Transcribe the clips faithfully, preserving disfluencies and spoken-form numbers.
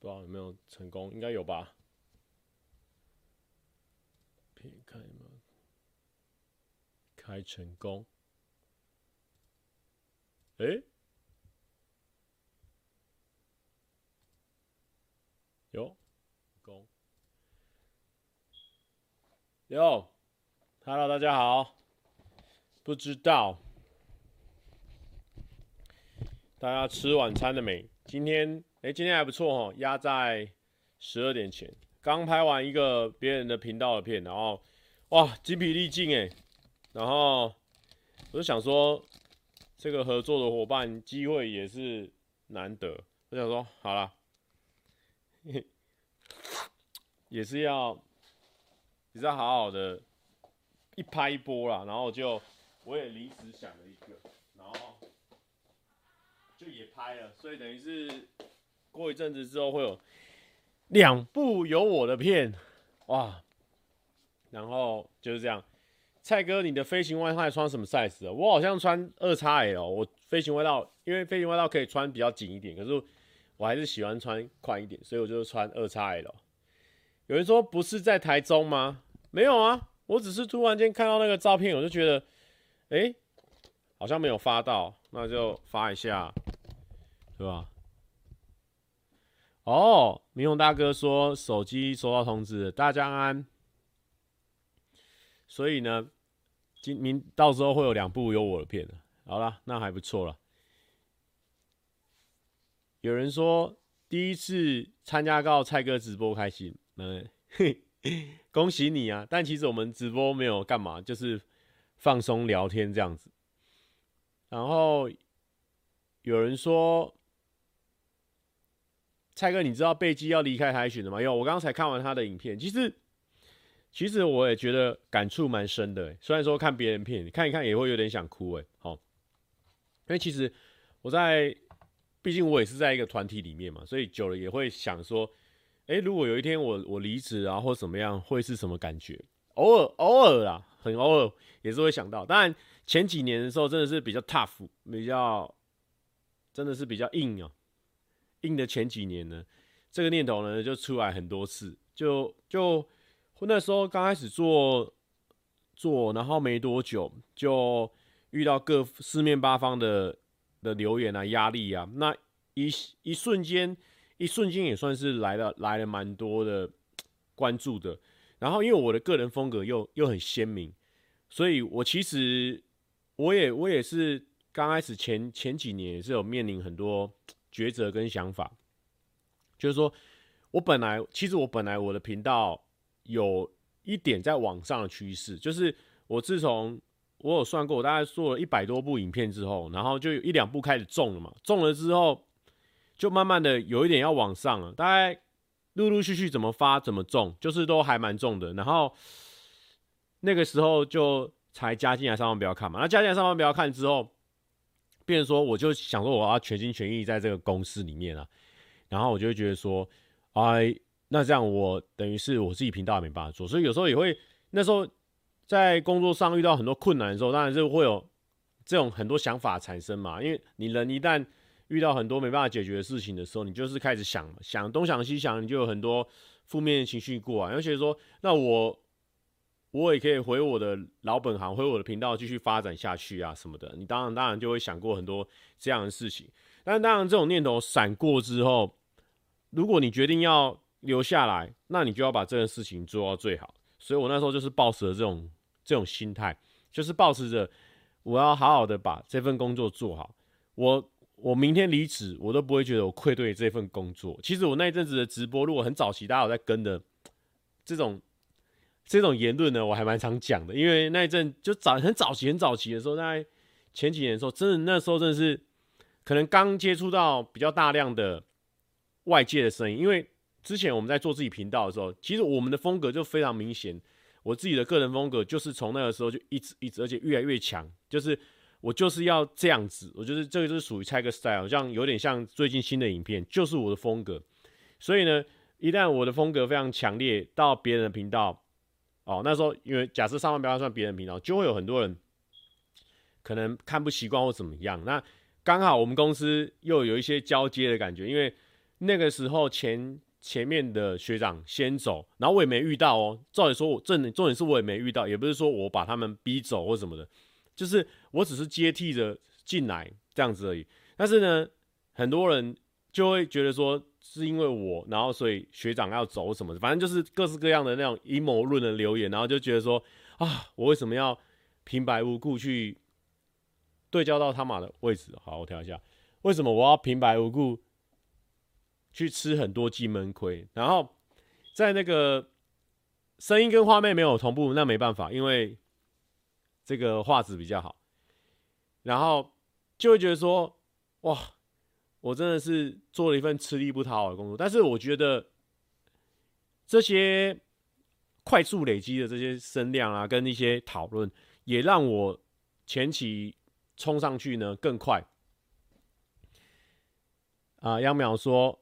不知道有没有成功，应该有吧？片开吗？开成功。哎、欸，有功。有 ，Hello， 大家好。不知道大家吃晚餐了没？今天哎、欸，今天还不错哦，压在十二点前。刚拍完一个别人的频道的片，然后哇，精疲力尽哎。然后我就想说，这个合作的伙伴机会也是难得。我想说，好啦，也是要也是要好好的一拍一波啦。然后就我也临时想了一个，然后就也拍了，所以等于是过一阵子之后会有两部有我的片，哇！然后就是这样。蔡哥，你的飞行外套穿什么 size 啊？我好像穿 二 X L， 我飞行外套，因为飞行外套可以穿比较紧一点，可是我还是喜欢穿宽一点，所以我就穿 二 X L。有人说不是在台中吗？没有啊，我只是突然间看到那个照片，我就觉得，哎、欸，好像没有发到，那就发一下，对吧？哦，明宏大哥说手机收到通知了，大家安安。所以呢，今明到时候会有两部有我的片了。好啦，那还不错了。有人说第一次参加到蔡哥直播开心，嗯，恭喜你啊！但其实我们直播没有干嘛，就是放松聊天这样子。然后有人说，蔡哥，你知道贝基要离开海巡了吗？有，我刚才看完他的影片，其实。其实我也觉得感触蛮深的，虽然说看别人片看一看也会有点想哭哎，好，因为其实我在，毕竟我也是在一个团体里面嘛，所以久了也会想说，哎，如果有一天我我离职啊或怎么样，会是什么感觉？偶尔偶尔啦，很偶尔也是会想到。当然前几年的时候真的是比较 tough， 比较真的是比较硬啊，硬的前几年呢，这个念头呢就出来很多次，就就。那时候刚开始做做，然后没多久就遇到各四面八方的的留言啊、压力啊，那一一瞬间，一瞬间也算是来了来了蛮多的关注的。然后因为我的个人风格又又很鲜明，所以我其实我也我也是刚开始前前几年也是有面临很多抉择跟想法，就是说我本来其实我本来我的频道。有一点在往上的趋势，就是我自从我有算过，我大概做了一百多部影片之后，然后就有一两部开始中了嘛，中了之后就慢慢的有一点要往上了，大概陆陆续续怎么发怎么中，就是都还蛮中的。然后那个时候就才加进来上班不要看嘛，那加进来上班不要看之后，变成说我就想说我要全心全意在这个公司里面啊，然后我就会觉得说，哎。那这样我等于是我自己频道也没办法做，所以有时候也会那时候在工作上遇到很多困难的时候，当然是会有这种很多想法产生嘛。因为你人一旦遇到很多没办法解决的事情的时候，你就是开始想想东想西想，你就有很多负面的情绪过来，而且说那我我也可以回我的老本行，回我的频道继续发展下去啊什么的。你当然当然就会想过很多这样的事情，但当然这种念头闪过之后，如果你决定要留下来，那你就要把这件事情做到最好。所以我那时候就是抱持着这种这种心态，就是抱持着我要好好的把这份工作做好。我我明天离职，我都不会觉得我愧对这份工作。其实我那一阵子的直播，如果很早期大家有在跟的这种这种言论呢，我还蛮常讲的。因为那一阵就早很早期很早期的时候，在前几年的时候，真的那时候真的是可能刚接触到比较大量的外界的声音，因为之前我们在做自己频道的时候，其实我们的风格就非常明显。我自己的个人风格就是从那个时候就一直一直，而且越来越强。就是我就是要这样子，我就是这个就是属于蔡哥 style， 这样有点像最近新的影片，就是我的风格。所以呢，一旦我的风格非常强烈到别人的频道，哦，那时候因为假设上万不要算别人频道，就会有很多人可能看不习惯或怎么样。那刚好我们公司又有一些交接的感觉，因为那个时候前前面的学长先走，然后我也没遇到哦。照理说我重点重点是我也没遇到，也不是说我把他们逼走或什么的，就是我只是接替着进来这样子而已。但是呢，很多人就会觉得说是因为我，然后所以学长要走什么的，反正就是各式各样的那种阴谋论的留言，然后就觉得说啊，我为什么要平白无故去对焦到他妈的位置？好，我调一下，为什么我要平白无故去吃很多鸡闷亏？然后在那个声音跟画面没有同步，那没办法，因为这个画质比较好，然后就会觉得说，哇，我真的是做了一份吃力不讨好的工作。但是我觉得这些快速累积的这些声量啊，跟一些讨论，也让我前期冲上去呢更快。啊，央淼说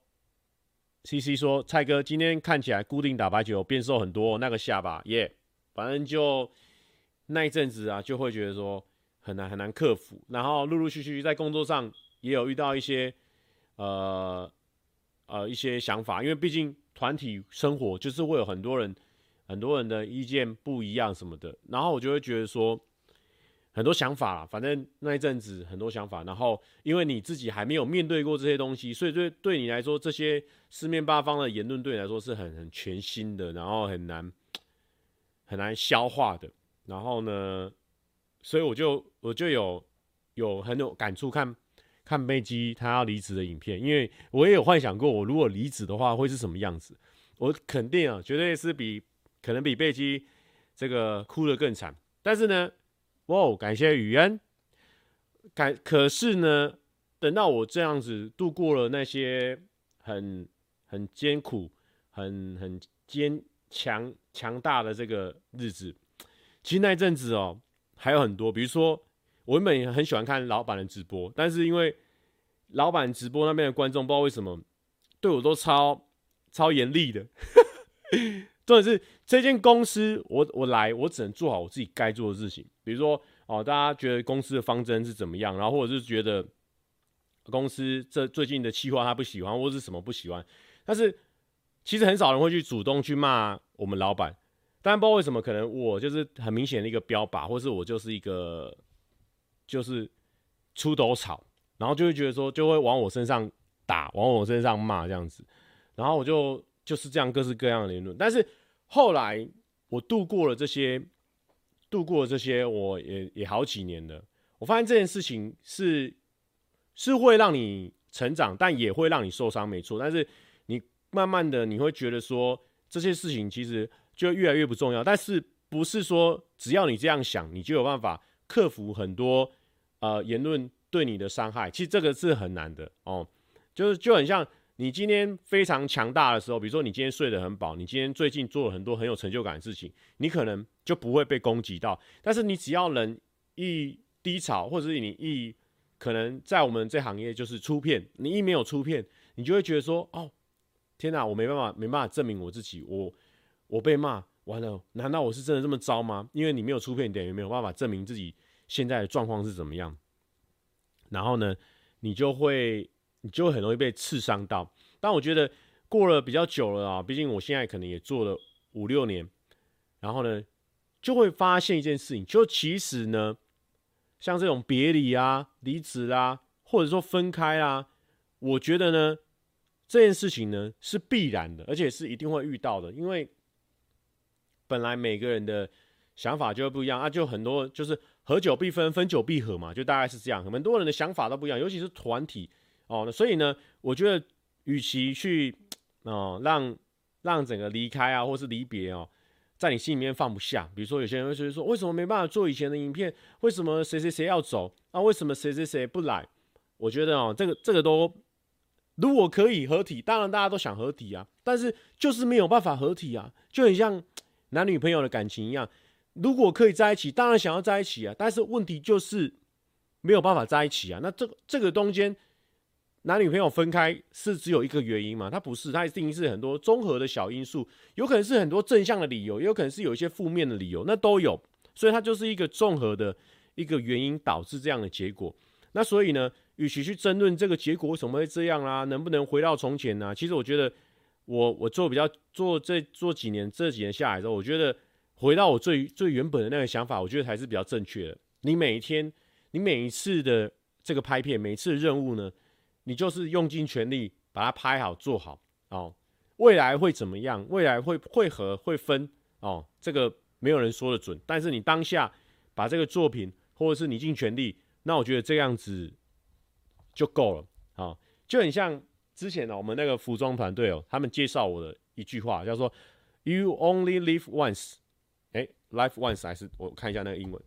，C C 说，蔡哥今天看起来固定打白球变瘦很多，那个下巴耶， yeah, 反正就那一阵子啊，就会觉得说很难很难克服，然后陆陆续续在工作上也有遇到一些呃呃一些想法，因为毕竟团体生活就是会有很多人很多人的意见不一样什么的，然后我就会觉得说。很多想法啦，反正那一阵子很多想法，然后因为你自己还没有面对过这些东西，所以对对你来说，这些四面八方的言论对你来说是很很全新的，然后很难很难消化的。然后呢，所以我就我就有有很有感触看，看看贝基他要离职的影片，因为我也有幻想过，我如果离职的话会是什么样子。我肯定啊，绝对是比可能比贝基这个哭得更惨，但是呢。哇，感谢雨恩。感可是呢，等到我这样子度过了那些很很艰苦、很很坚强强大的这个日子，其实那一阵子哦，还有很多，比如说我原本很喜欢看老板的直播，但是因为老板直播那边的观众不知道为什么对我都超超严厉的。重点是这间公司我，我来，我只能做好我自己该做的事情。比如说，哦，大家觉得公司的方针是怎么样，然后或者是觉得公司这最近的企划他不喜欢，或者是什么不喜欢，但是其实很少人会去主动去骂我们老板。但不知道为什么，可能我就是很明显的一个标靶，或是我就是一个就是出头草，然后就会觉得说，就会往我身上打，往我身上骂这样子，然后我就。就是这样各式各样的言论，但是后来我度过了这些，度过了这些，我也也好几年了。我发现这件事情是是会让你成长，但也会让你受伤，没错。但是你慢慢的你会觉得说这些事情其实就越来越不重要，但是不是说只要你这样想，你就有办法克服很多呃言论对你的伤害。其实这个是很难的哦，就是就很像。你今天非常强大的时候，比如说你今天睡得很饱，你今天最近做了很多很有成就感的事情，你可能就不会被攻击到。但是你只要人一低潮，或者是你一可能在我们这行业就是出片，你一没有出片，你就会觉得说，哦，天哪，我没办法没办法证明我自己，我我被骂完了，难道我是真的这么糟吗？因为你没有出片，等于没有办法证明自己现在的状况是怎么样。然后呢，你就会。你就会很容易被刺伤到，但我觉得过了比较久了啊，毕竟我现在可能也做了五六年，然后呢，就会发现一件事情，就其实呢，像这种别离啊、离职啊，或者说分开啊，我觉得呢，这件事情呢是必然的，而且是一定会遇到的，因为本来每个人的想法就会不一样啊，就很多就是合久必分，分久必合嘛，就大概是这样，很多人的想法都不一样，尤其是团体。哦，所以呢，我觉得，与其去哦让让整个离开啊，或是离别哦，在你心里面放不下。比如说，有些人会觉得说，为什么没办法做以前的影片？为什么谁谁谁要走？啊，为什么谁谁谁不来？我觉得哦，这个这个都，如果可以合体，当然大家都想合体啊，但是就是没有办法合体啊，就很像男女朋友的感情一样。如果可以在一起，当然想要在一起啊，但是问题就是没有办法在一起啊。那这个这个中间。男女朋友分开是只有一个原因吗？它不是，它一定是很多综合的小因素，有可能是很多正向的理由，也有可能是有一些负面的理由，那都有，所以它就是一个综合的一个原因导致这样的结果。那所以呢， 与其去争论这个结果为什么会这样啦、啊，能不能回到从前啊？其实我觉得我我做比较做这做几年这几年下来之后，我觉得回到我最最原本的那个想法，我觉得才是比较正确的。你每一天，你每一次的这个拍片，每一次的任务呢，你就是用尽全力把它拍好做好哦。未来会怎么样？未来会会合会分哦，这个没有人说得准。但是你当下把这个作品，或者是你尽全力，那我觉得这样子就够了啊、哦。就很像之前呢、哦，我们那个服装团队哦，他们介绍我的一句话叫做 "You only live once"， 哎 ，live once 还是我看一下那个英文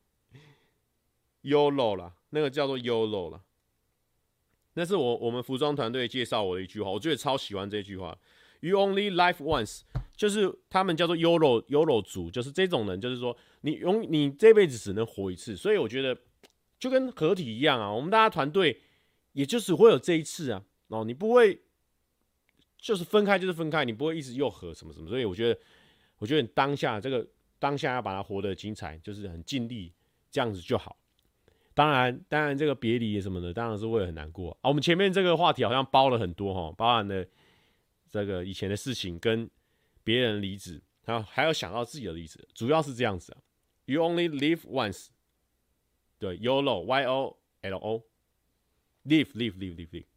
，YOLO 啦，那个叫做 YOLO 啦。那是我我们服装团队介绍我的一句话，我觉得超喜欢这句话。You only live once， 就是他们叫做 YOLO YOLO 族，就是这种人，就是说你永你这辈子只能活一次，所以我觉得就跟合体一样啊，我们大家团队也就只会有这一次啊，哦，你不会就是分开就是分开，你不会一直又合什么什么，所以我觉得我觉得当下这个当下要把它活得精彩，就是很尽力这样子就好。当然，当然，这个别离什么的，当然是会很难过啊。我们前面这个话题好像包了很多哈，包含了这个以前的事情跟别人离职，然后还有想到自己的离职，主要是这样子啊。You only live once， 对 ，YOLO Y O L O，live live live live live。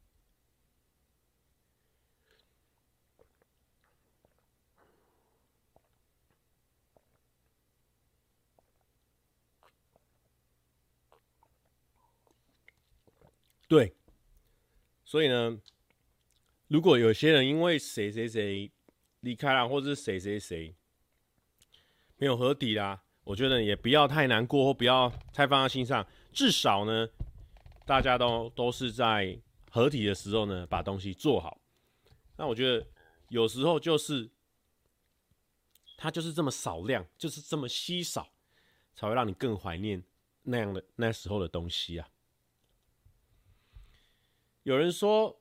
对，所以呢，如果有些人因为谁谁谁离开了，或者是谁谁谁没有合体啦，我觉得也不要太难过，或不要太放在心上。至少呢，大家都都是在合体的时候呢，把东西做好。那我觉得有时候就是它就是这么少量，就是这么稀少，才会让你更怀念那样的那时候的东西啊。有人说，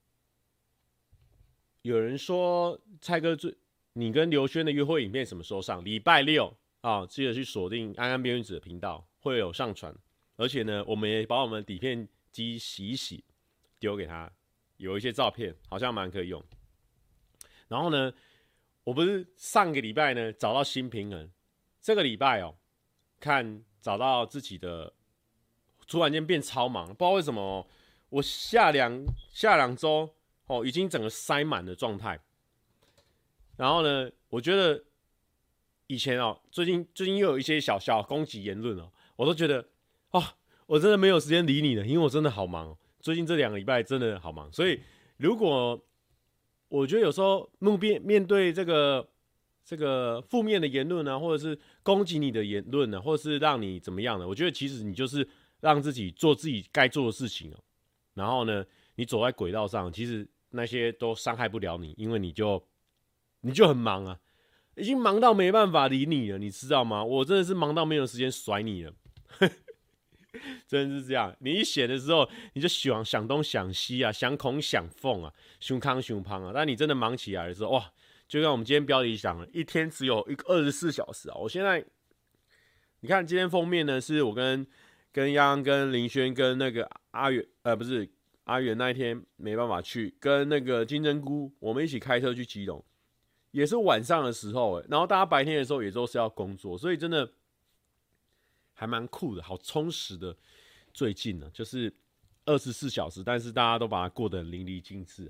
有人说，蔡哥最你跟刘轩的约会影片什么时候上？礼拜六啊，记得去锁定安安编辑的频道，会有上传。而且呢，我们也把我们底片机洗一洗，丢给他，有一些照片好像蛮可以用。然后呢，我不是上个礼拜呢找到新平衡，这个礼拜哦，看找到自己的，突然间变超忙，不知道为什么、哦。我下两下两周哦，已经整个塞满的状态。然后呢，我觉得以前哦，最近最近又有一些小小攻击言论哦，我都觉得哦，我真的没有时间理你了，因为我真的好忙、哦。最近这两个礼拜真的好忙，所以如果我觉得有时候面面面对这个这个负面的言论啊，或者是攻击你的言论啊，或者是让你怎么样的，我觉得其实你就是让自己做自己该做的事情哦。然后呢，你走在轨道上，其实那些都伤害不了你，因为你就你就很忙啊，已经忙到没办法理你了，你知道吗？我真的是忙到没有时间甩你了，真的是这样。你一闲的时候，你就想想东想西啊，想孔想凤啊，胸康胸胖啊。但你真的忙起来的时候，哇，就像我们今天标题讲了，一天只有一个二十四小时啊。我现在你看今天封面呢，是我跟。跟央跟林轩跟那个阿远，呃，不是阿远那一天没办法去，跟那个金针菇，我们一起开车去基隆，也是晚上的时候，然后大家白天的时候也都是要工作，所以真的还蛮酷的，好充实的。最近呢，就是二十四小时，但是大家都把它过得很淋漓尽致、啊。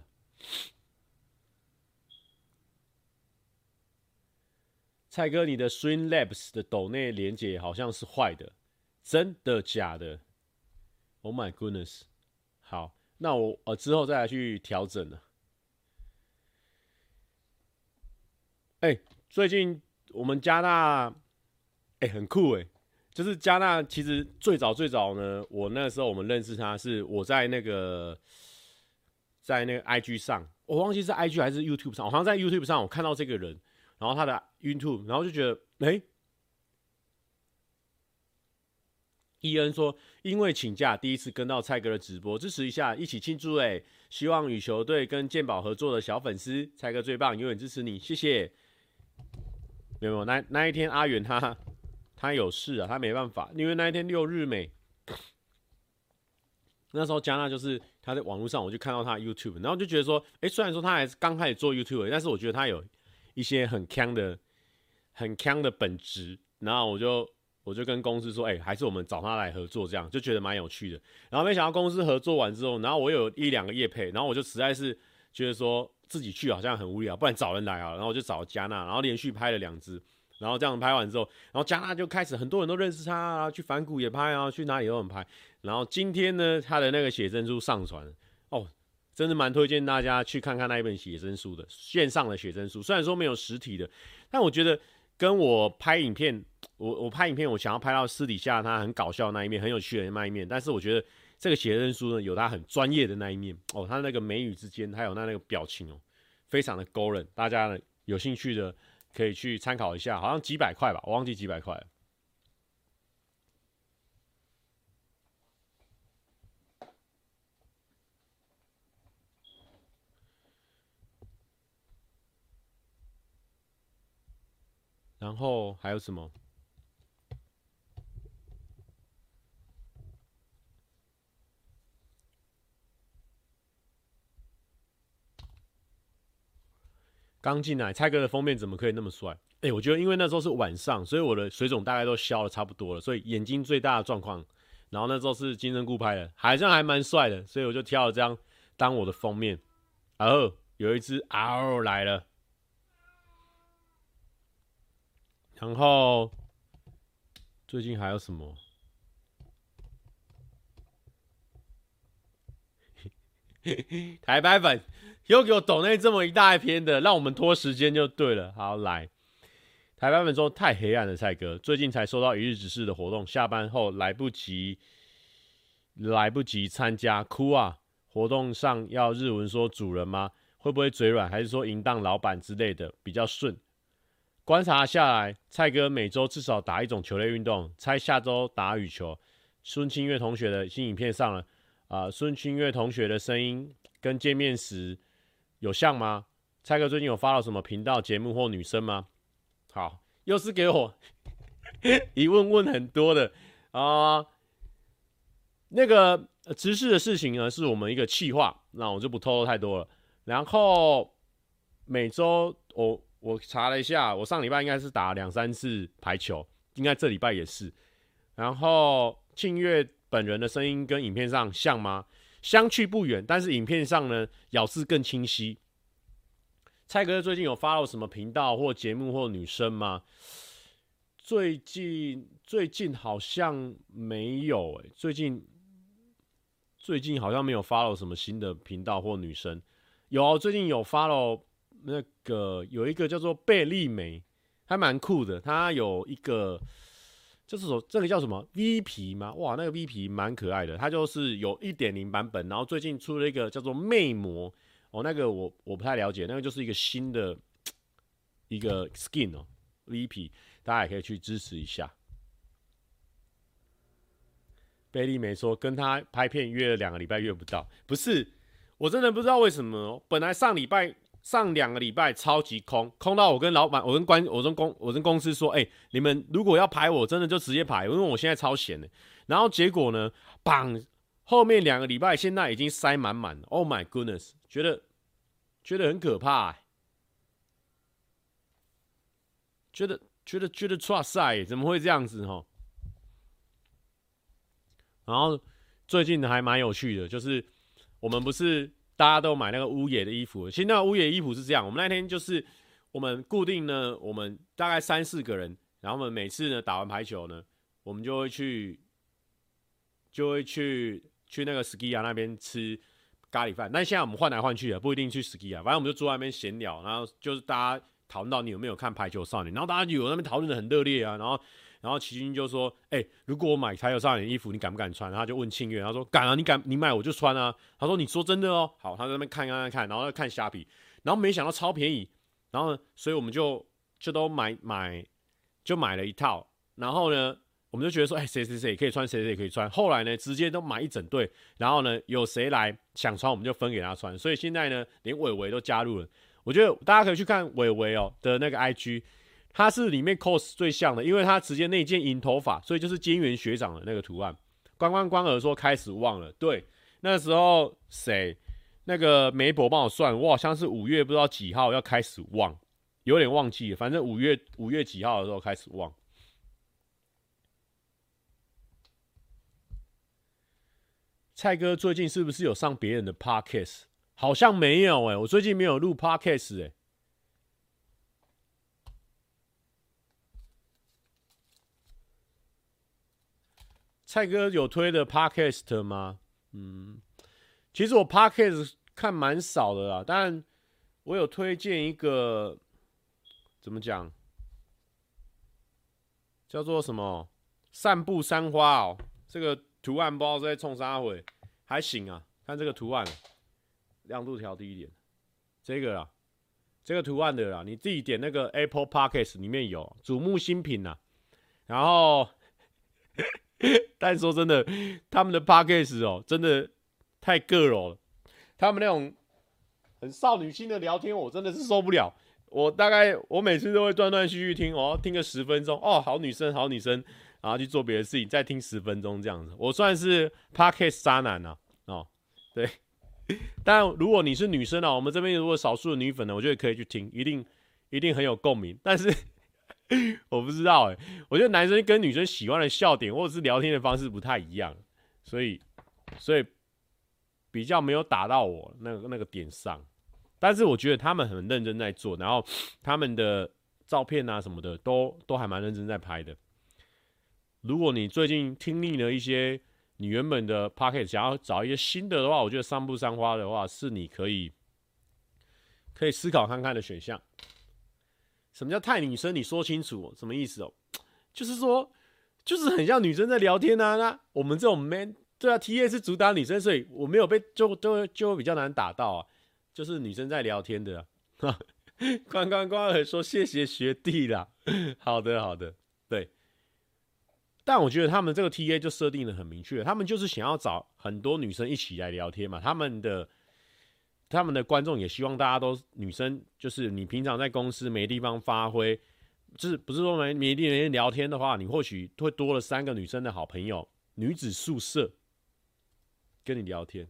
蔡哥，你的 Swing Labs 的抖内连结好像是坏的。真的假的 ？Oh my goodness！ 好，那我呃之后再来去调整了。哎、欸，最近我们加纳，哎、欸，很酷哎、欸，就是加纳其实最早最早呢，我那时候我们认识他是我在那个在那个 I G 上，我忘记是 I G 还是 YouTube 上，我好像在 YouTube 上我看到这个人，然后他的 YouTube， 然后就觉得哎。欸伊恩说：“因为请假，第一次跟到蔡哥的直播，支持一下，一起庆祝哎！希望羽球队跟健保合作的小粉丝，蔡哥最棒，永远支持你，谢谢。”没有，那那一天阿元他他有事啊，他没办法，因为那一天六日美， 那时候加纳就是他在网络上，我就看到他的 YouTube， 然后就觉得说，哎、欸，虽然说他还是刚开始做 YouTube， 但是我觉得他有一些很强的、很强的本质。然后我就我就跟公司说，哎、欸，还是我们找他来合作，这样就觉得蛮有趣的。然后没想到公司合作完之后，然后我有一两个业配，然后我就实在是觉得说自己去好像很无聊，不然找人来好了。然后我就找加纳，然后连续拍了两支。然后这样拍完之后，然后加纳就开始很多人都认识他啊，去反骨也拍啊，去哪里都很拍。然后今天呢，他的那个写真书上传哦，真的蛮推荐大家去看看那一本写真书的，线上的写真书。虽然说没有实体的，但我觉得跟我拍影片，我我拍影片，我想要拍到私底下他很搞笑的那一面，很有趣的那一面。但是我觉得这个写真书呢，有他很专业的那一面哦，他那个眉宇之间，还有他那个表情哦，非常的勾人。大家呢有兴趣的可以去参考一下，好像几百块吧，我忘记几百块了。然后还有什么？刚进来，蔡哥的封面怎么可以那么帅？哎、欸，我觉得因为那时候是晚上，所以我的水肿大概都消了差不多了，所以眼睛最大的状况。然后那时候是金针菇拍的，好像还蛮帅的，所以我就挑了这样当我的封面。然后有一只 R 来了，然后最近还有什么？台白粉又给我抖内这么一大篇的，让我们拖时间就对了。好，来，台白粉说太黑暗了，蔡哥，最近才收到一日指示的活动，下班后来不及来不及参加，哭啊！活动上要日文说主人吗？会不会嘴软，还是说淫荡老板之类的比较顺？观察下来，蔡哥每周至少打一种球类运动，猜下周打羽球。孙清月同学的新影片上了。啊，孙清月同学的声音跟见面时有像吗？蔡哥最近有发到什么频道节目或女生吗？好，又是给我一问问很多的啊、呃。那个直视的事情呢，是我们一个企划，那我就不透露太多了。然后每周我我查了一下，我上礼拜应该是打两三次排球，应该这礼拜也是。然后庆月本人的声音跟影片上像吗？相去不远，但是影片上呢咬字更清晰。蔡哥最近有发到什么频道或节目或女生吗？最近最近好像没有、欸、最近最近好像没有发到什么新的频道或女生。有，最近有发到那个有一个叫做贝利美，还蛮酷的。他有一个。就是说，这个叫什么 V 皮吗？哇，那个 V 皮蛮可爱的，它就是有 一点零 版本，然后最近出了一个叫做魅魔哦，那个我我不太了解，那个就是一个新的一个 skin 哦 ，V 皮，大家也可以去支持一下。贝利没说跟他拍片约了两个礼拜约不到，不是，我真的不知道为什么、哦，本来上礼拜。上两个礼拜超级空，空到我跟老板，我跟关，我跟公，我跟公司说，哎、欸，你们如果要排我，真的就直接排，因为我现在超闲的。然后结果呢，绑后面两个礼拜现在已经塞满满了 ，Oh my goodness， 觉得觉得很可怕、欸，觉得觉得觉得哇塞，怎么会这样子哈？然后最近还蛮有趣的，就是我们不是。大家都买那个乌野的衣服，其实那个乌野衣服是这样，我们那天就是我们固定呢，我们大概三四个人，然后我们每次呢打完排球呢，我们就会去就会去去那个 Skiya 那边吃咖喱饭。但现在我们换来换去的，不一定去 Skiya， 反正我们就坐在那边闲聊，然后就是大家讨论到你有没有看排球少年，然后大家有那边讨论的很热烈啊，然后。然后齐军就说：“哎、欸，如果我买排球少年的衣服，你敢不敢穿？”然后他就问庆月，他说：“敢啊，你敢，你买我就穿啊。”他说：“你说真的哦。”好，他在那边看看看看，然后看虾皮，然后没想到超便宜，然后呢，所以我们就就都买买，就买了一套。然后呢，我们就觉得说：“哎、欸，谁谁谁可以穿，谁谁可以穿。”后来呢，直接都买一整队。然后呢，有谁来想穿，我们就分给他穿。所以现在呢，连伟伟都加入了。我觉得大家可以去看伟伟哦的那个 I G。他是里面 cos 最像的，因为他直接那件银头发，所以就是菅原学长的那个图案。关关关儿说开始忘了，对， 那时候谁？那个媒婆帮我算，我好像是五月不知道几号要开始旺，有点忘记了，反正五月五月几号的时候开始旺。蔡哥最近是不是有上别人的 podcast？ 好像没有哎、欸，我最近没有录 podcast 哎、欸。蔡哥有推的 podcast 吗？嗯，其实我 podcast 看蛮少的啦，但我有推荐一个，怎么讲，叫做什么散步山花哦。这个图案不知道在冲啥回，还行啊。看这个图案，亮度调低一点。这个啦，这个图案的啦，你自己点那个 Apple Podcast 里面有瞩目新品啦。然后，但说真的，他们的 Podcast 哦，真的太个柔了。他们那种很少女心的聊天，我真的是受不了。我大概我每次都会断断续续听，我要听个十分钟哦，好女生，好女生，然后去做别的事情，再听十分钟这样子。我算是 Podcast 渣男啊，哦，对。但如果你是女生啊，我们这边如果少数的女粉呢，我觉得可以去听，一定一定很有共鸣。但是我不知道哎、欸，我觉得男生跟女生喜欢的笑点或者是聊天的方式不太一样，所以所以比较没有打到我那个那个点上。但是我觉得他们很认真在做，然后他们的照片啊什么的都都还蛮认真在拍的。如果你最近听腻了一些你原本的 Podcast， 想要找一些新的的话，我觉得三步三花的话是你可以可以思考看看的选项。什么叫太女生？你说清楚、哦，什么意思哦？就是说，就是很像女生在聊天啊。那我们这种 man， 对啊 ，T A 是主打女生，所以我没有被就就就比较难打到啊。就是女生在聊天的、啊。关关关儿说谢谢学弟啦。好的好的，对。但我觉得他们这个 T A 就设定的很明确，他们就是想要找很多女生一起来聊天嘛。他们的他们的观众也希望大家都女生，就是你平常在公司没地方发挥，就是不是说没没地方聊天的话，你或许会多了三个女生的好朋友，女子宿舍跟你聊天。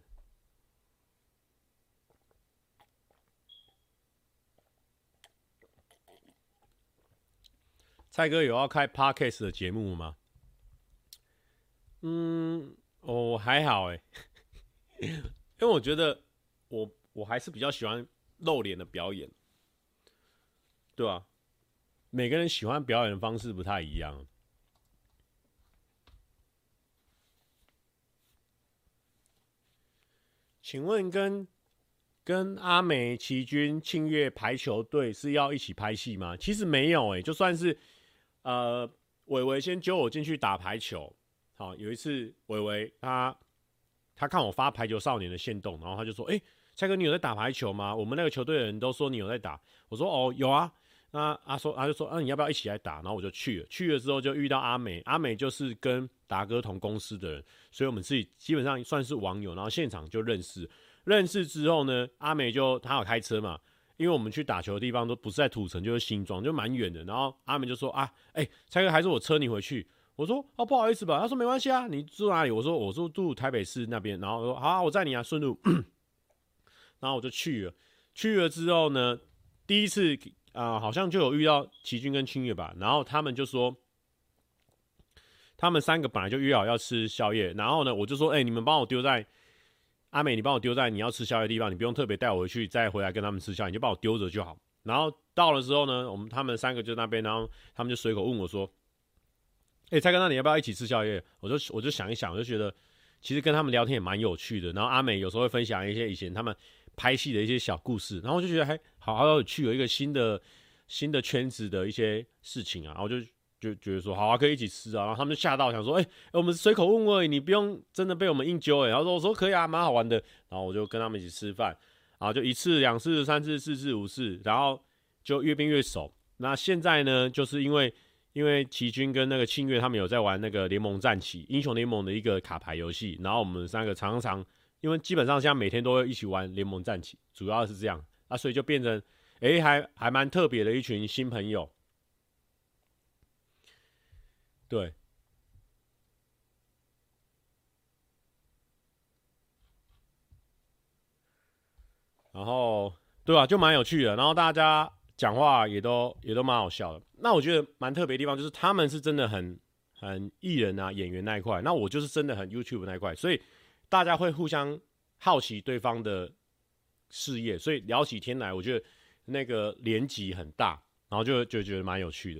蔡哥有要开 podcast 的节目吗？嗯，我、哦、还好哎，因为我觉得我我还是比较喜欢露脸的表演，对啊，每个人喜欢表演的方式不太一样。请问跟跟阿美、奇军、庆月排球队是要一起拍戏吗？其实没有哎、欸，就算是呃，伟伟先揪我进去打排球。好，有一次伟伟他他看我发排球少年的限动，然后他就说：“哎、欸，蔡哥，你有在打排球吗？我们那个球队的人都说你有在打。”我说：“哦，有啊。”那他说他就说：“啊，你要不要一起来打？”然后我就去了。去了之后就遇到阿美，阿美就是跟达哥同公司的人，所以我们自己基本上算是网友，然后现场就认识。认识之后呢，阿美就他有开车嘛，因为我们去打球的地方都不是在土城，就是新庄，就蛮远的。然后阿美就说：“啊，哎、欸，蔡哥，还是我车你回去。”我说：“哦，不好意思吧。”他说：“没关系啊，你住哪里？”我说：“我住住台北市那边。”然后我说：“好、啊，我载你啊，顺路。”然后我就去了。去了之后呢，第一次啊、呃，好像就有遇到奇军跟清月吧。然后他们就说，他们三个本来就约好要吃宵夜。然后呢，我就说：“哎、欸，你们帮我丢在。”阿美，你帮我丢在你要吃宵夜的地方，你不用特别带我回去，再回来跟他们吃宵夜，你就帮我丢着就好。然后到了之后呢，我们他们三个就那边，然后他们就随口问我说：“哎、欸，蔡哥，那你要不要一起吃宵夜？”我就我就想一想，我就觉得其实跟他们聊天也蛮有趣的。然后阿美有时候会分享一些以前他们拍戏的一些小故事，然后我就觉得还好好有趣，有一个新的新的圈子的一些事情啊，然后我就。就觉得说好啊，可以一起吃啊，然后他们就吓到，想说，哎、欸欸，我们随口问问，你不用真的被我们硬揪哎、欸。然后说我说可以啊，蛮好玩的。然后我就跟他们一起吃饭，然后就一次、两次、三次、四次、五次，然后就越变越熟。那现在呢，就是因为因为奇军跟那个庆月他们有在玩那个联盟战棋、英雄联盟的一个卡牌游戏，然后我们三个常常因为基本上现在每天都会一起玩联盟战棋，主要是这样啊，所以就变成哎、欸、还还蛮特别的一群新朋友。对， 然后对啊，就蛮有趣的，然后大家讲话也都也都蛮好笑的。那我觉得蛮特别的地方就是他们是真的很很艺人啊演员那一块，那我就是真的很 YouTube 那一块，所以大家会互相好奇对方的事业，所以聊起天来，我觉得那个连集很大，然后就就觉得蛮有趣的。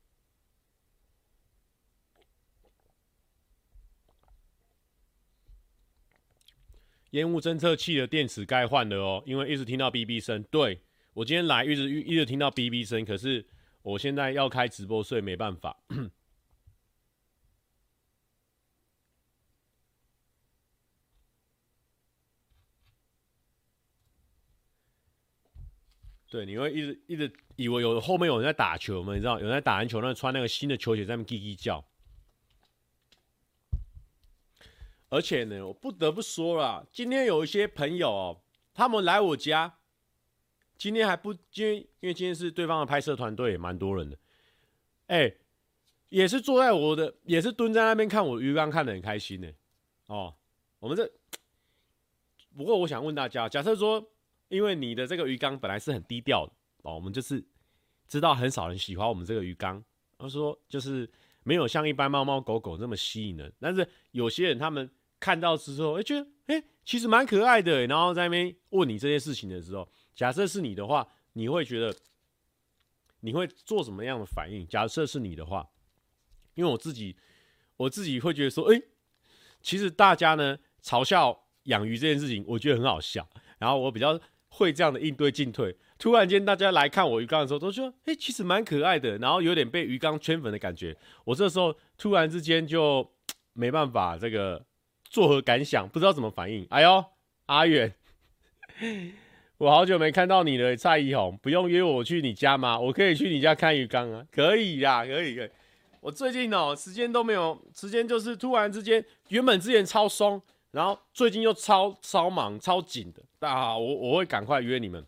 烟雾侦测器的电池该换了哦，因为一直听到哔哔声。对，我今天来一直一直听到哔哔声，可是我现在要开直播，所以没办法。对，你会一直一直以为有后面有人在打球吗？你知道有人在打篮球，那穿那个新的球鞋在那边叽叽叫。而且呢，我不得不说啦，今天有一些朋友哦，他们来我家，今天还不，今天因为今天是对方的拍摄团队，也蛮多人的，哎、欸，也是坐在我的，也是蹲在那边看我鱼缸，看得很开心呢。哦，我们这，不过我想问大家，假设说，因为你的这个鱼缸本来是很低调的哦，我们就是知道很少人喜欢我们这个鱼缸，他说就是没有像一般猫猫狗狗那么吸引人，但是有些人他们看到之后，哎、欸，觉得哎、欸、其实蛮可爱的，然后在那边问你这些事情的时候，假设是你的话，你会觉得你会做什么样的反应？假设是你的话，因为我自己我自己会觉得说，哎、欸，其实大家呢嘲笑养鱼这件事情，我觉得很好笑，然后我比较会这样的应对进退。突然间，大家来看我鱼缸的时候，都说：“哎、欸，其实蛮可爱的。”然后有点被鱼缸圈粉的感觉。我这时候突然之间就没办法，这个作何感想？不知道怎么反应。哎呦，阿远，我好久没看到你了，蔡宜宏，不用约我去你家吗？我可以去你家看鱼缸啊，可以啦，可以可以。我最近哦，时间都没有，时间就是突然之间，原本之前超松，然后最近又超超忙、超紧的。大家好，我我会赶快约你们。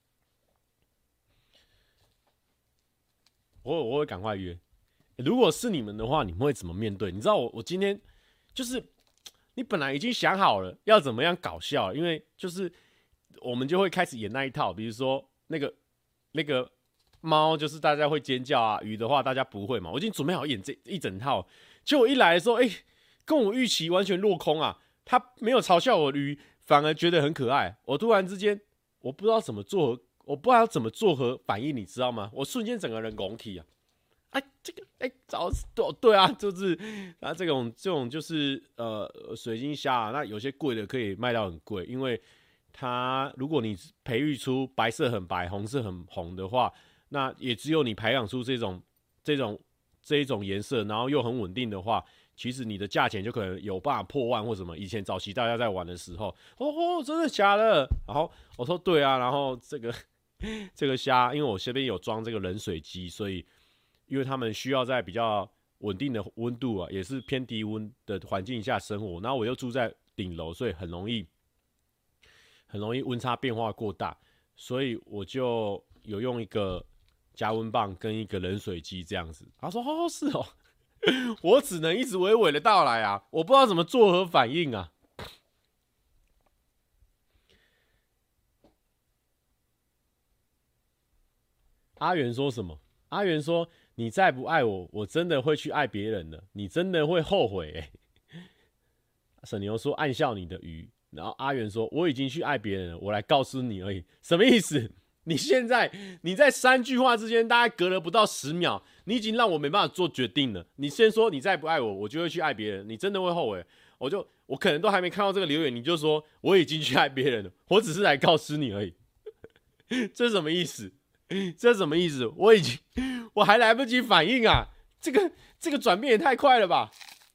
我我会赶快约。如果是你们的话，你们会怎么面对？你知道我我今天就是你本来已经想好了要怎么样搞笑，因为就是我们就会开始演那一套，比如说那个那个猫就是大家会尖叫啊，鱼的话大家不会嘛。我已经准备好演这一整套，结果一来的时候，哎、欸，跟我预期完全落空啊！他没有嘲笑我的鱼，反而觉得很可爱。我突然之间我不知道怎么做。我不知道怎么做和反应，你知道吗？我瞬间整个人拱体啊！哎，这个哎，早对对啊，就是啊，这种这种就是呃水晶虾、啊，那有些贵的可以卖到很贵，因为它如果你培育出白色很白、红色很红的话，那也只有你培养出这种这种这一种颜色，然后又很稳定的话，其实你的价钱就可能有办法破万或什么。以前早期大家在玩的时候，哦哦，真的假的？然后我说对啊，然后这个。这个虾，因为我这边有装这个冷水机，所以因为他们需要在比较稳定的温度啊，也是偏低温的环境下生活。然后我又住在顶楼，所以很容易很容易温差变化过大，所以我就有用一个加温棒跟一个冷水机这样子。他说：“哦，是哦。”我只能一直娓娓的道来啊，我不知道怎么作何反应啊。阿元说什么？阿元说：“你再不爱我，我真的会去爱别人的，你真的会后悔、欸。”沈牛说：“暗笑你的鱼。”然后阿元说：“我已经去爱别人了，我来告诉你而已。”什么意思？你现在你在三句话之间，大概隔了不到十秒，你已经让我没办法做决定了。你先说你再不爱我，我就会去爱别人，你真的会后悔。我就我可能都还没看到这个留言，你就说我已经去爱别人了，我只是来告诉你而已。这是什么意思？这是什么意思？我已经，我还来不及反应啊！这个这个转变也太快了吧！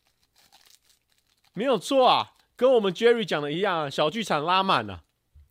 没有错啊，跟我们 Jerry 讲的一样啊，小剧场拉满了、啊。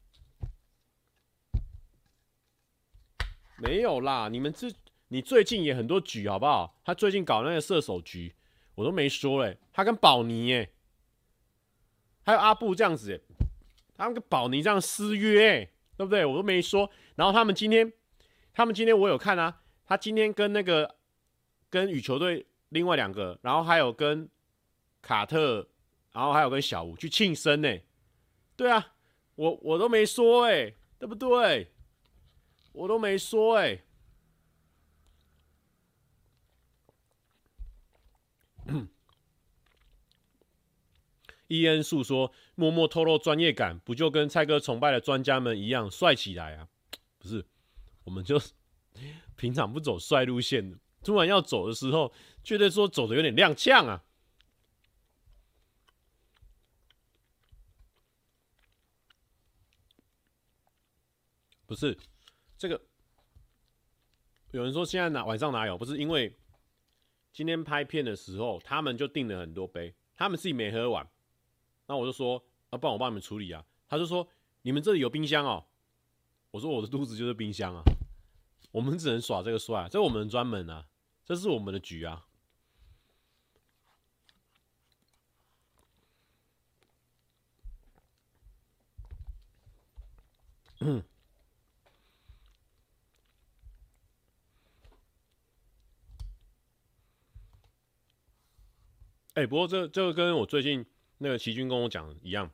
没有啦，你们这你最近也很多局好不好？他最近搞那个射手局，我都没说嘞。他跟宝妮耶，还有阿布这样子耶，他们跟宝妮这样私约耶，对不对？我都没说。然后他们今天。他们今天我有看啊，他今天跟那个跟羽球队另外两个，然后还有跟卡特，然后还有跟小吴去庆生呢。对啊，我我都没说哎、欸， 对不对？我都没说哎、欸。伊恩诉说，默默透露专业感，不就跟蔡哥崇拜的专家们一样帅起来啊？不是，我们就平常不走帅路线的，突然要走的时候，觉得说走的有点踉跄啊。不是，这个有人说现在哪晚上哪有？不是因为今天拍片的时候，他们就订了很多杯，他们自己没喝完。那我就说，啊，不然我帮你们处理啊。他就说，你们这里有冰箱哦。我说我的肚子就是冰箱啊，我们只能耍这个帅、啊，这是我们专门啊，这是我们的局啊。嗯，哎、欸，不过这这个跟我最近那个齐军跟我讲的一样，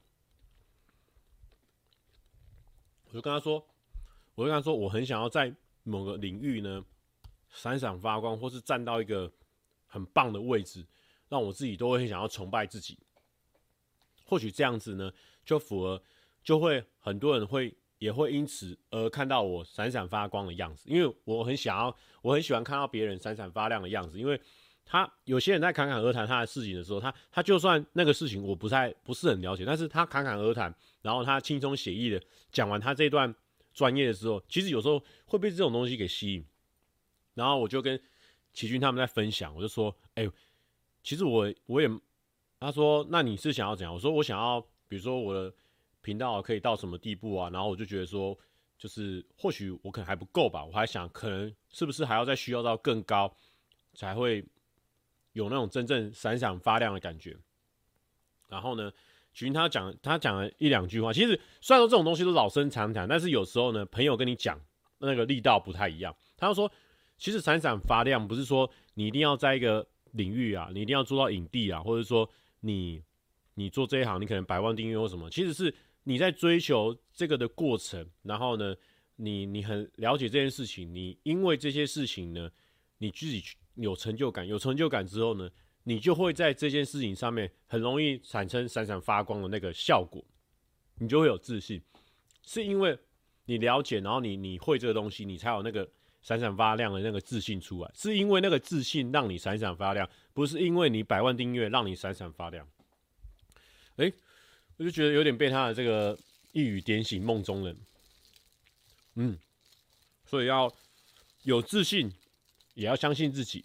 我就跟他说，我就跟他说，我很想要在某个领域呢闪闪发光，或是站到一个很棒的位置，让我自己都会很想要崇拜自己。或许这样子呢，就符合，就会很多人会也会因此而看到我闪闪发光的样子，因为我很想要，我很喜欢看到别人闪闪发亮的样子，因为他有些人在侃侃而谈他的事情的时候，他他就算那个事情我不太不是很了解，但是他侃侃而谈，然后他轻松写意的讲完他这段专业的时候，其实有时候会被这种东西给吸引。然后我就跟齐军他们在分享，我就说，哎、欸，其实我我也。他说：“那你是想要怎样？”我说：“我想要，比如说我的频道可以到什么地步啊？”然后我就觉得说，就是或许我可能还不够吧，我还想可能是不是还要再需要到更高，才会有那种真正闪闪发亮的感觉。然后呢，群他讲他讲了一两句话，其实虽然说这种东西都老生常谈，但是有时候呢，朋友跟你讲那个力道不太一样。他就说，其实闪闪发亮不是说你一定要在一个领域啊，你一定要做到影帝啊，或者说。你你做这一行，你可能百万订阅或什么，其实是你在追求这个的过程，然后呢，你你很了解这件事情，你因为这些事情呢，你自己有成就感，有成就感之后呢，你就会在这件事情上面很容易产生闪闪发光的那个效果，你就会有自信，是因为你了解，然后你你会这个东西，你才有那个闪闪发亮的那个自信出来，是因为那个自信让你闪闪发亮，不是因为你百万订阅让你闪闪发亮。哎、欸，我就觉得有点被他的这个一语点醒梦中人。嗯，所以要有自信，也要相信自己。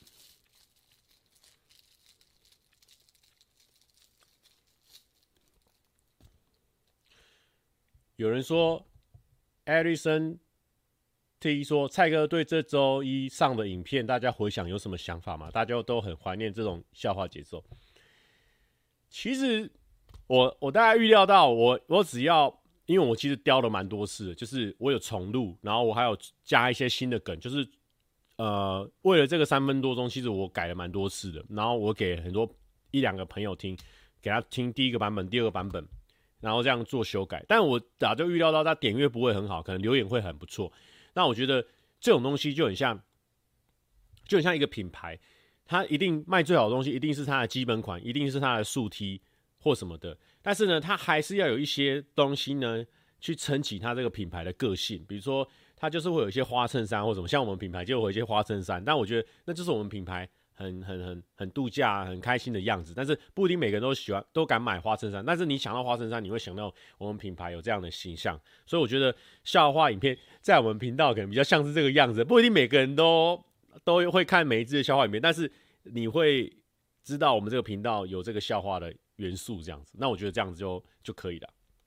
有人说 ，Edison T 说蔡哥对这周一上的影片，大家回想有什么想法吗？大家都很怀念这种笑话节奏。其实我我大概预料到我，我我只要，因为我其实雕了蛮多次的，就是我有重录，然后我还有加一些新的梗，就是呃，为了这个三分多钟，其实我改了蛮多次的，然后我给很多一两个朋友听，给他听第一个版本、第二个版本，然后这样做修改。但我早就预料到他点阅不会很好，可能留言会很不错。那我觉得这种东西就很像，就很像一个品牌，它一定卖最好的东西，一定是它的基本款，一定是它的速梯或什么的。但是呢，它还是要有一些东西呢，去撑起它这个品牌的个性。比如说，它就是会有一些花衬衫或什么，像我们品牌就有一些花衬衫。但我觉得那就是我们品牌很很很很度假、很开心的样子。但是不一定每个人都喜欢、都敢买花衬衫。但是你想到花衬衫，你会想到我们品牌有这样的形象。所以我觉得笑话影片在我们频道可能比较像是这个样子。不一定每个人都都会看每一支的笑话影片，但是你会知道我们这个频道有这个笑话的元素，这样子。那我觉得这样子就就可以了。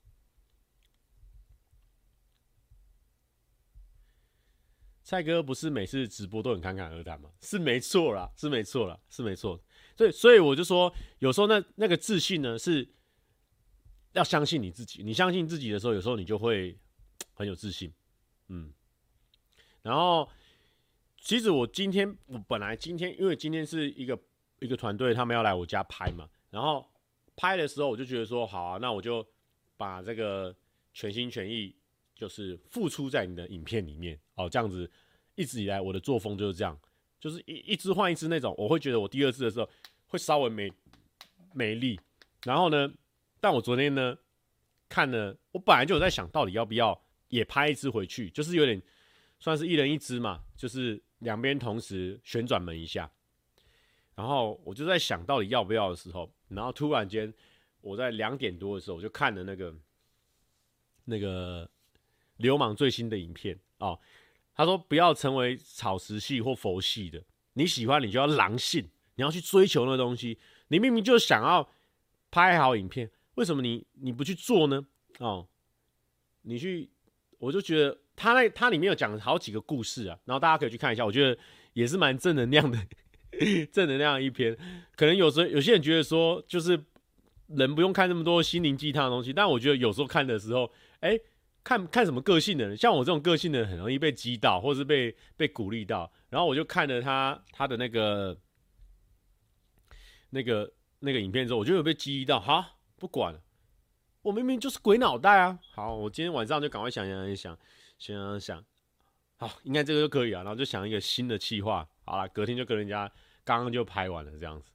蔡哥不是每次直播都很侃侃而谈吗？是没错啦，是没错啦，是没错。所以，所以我就说，有时候那那个自信呢，是要相信你自己。你相信自己的时候，有时候你就会很有自信。嗯，然后其实我今天，我本来今天，因为今天是一个一个团队，他们要来我家拍嘛，然后拍的时候我就觉得说，好啊，那我就把这个全心全意就是付出在你的影片里面哦，这样子一直以来我的作风就是这样，就是一一支换一支那种，我会觉得我第二次的时候会稍微没没力，然后呢，但我昨天呢看了，我本来就有在想到底要不要也拍一支回去，就是有点算是一人一支嘛，就是两边同时旋转门一下，然后我就在想到底要不要的时候，然后突然间我在两点多的时候我就看了那个那个流氓最新的影片哦，他说不要成为草食系或佛系的，你喜欢你就要狼性，你要去追求那东西。你明明就想要拍好影片，为什么你你不去做呢？哦，你去，我就觉得他那他里面有讲好几个故事啊，然后大家可以去看一下，我觉得也是蛮正能量的，正能量的一篇。可能有时候有些人觉得说，就是人不用看那么多心灵鸡汤的东西，但我觉得有时候看的时候，哎、欸。看看什么个性的人，像我这种个性的人，很容易被击到，或是被被鼓励到。然后我就看了他他的那个那个那个影片之后，我就有被激励到。哈，不管了，我明明就是鬼脑袋啊！好，我今天晚上就赶快想想想想想想，好，应该这个就可以了。然后就想一个新的企划，好了，隔天就跟人家刚刚就拍完了这样子。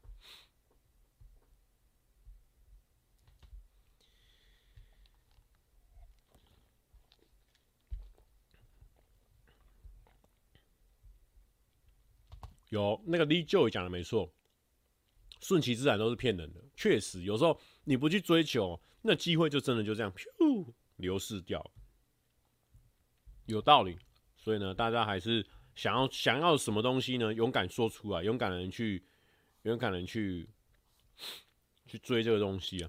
有那个 Lee Joy 讲的没错，顺其自然都是骗人的。确实，有时候你不去追求，那机会就真的就这样噗流逝掉，有道理。所以呢，大家还是想要想要什么东西呢？勇敢说出来，勇敢的人去，勇敢的人去去追这个东西啊。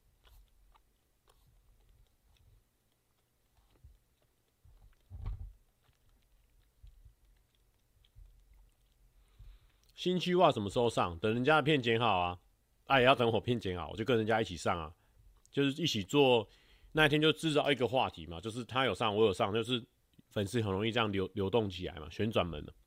新计划什么时候上？等人家的片剪好啊，啊也要等我片剪好，我就跟人家一起上啊，就是一起做。那一天就制造一个话题嘛，就是他有上，我有上，就是粉丝很容易这样流流动起来嘛，旋转门了。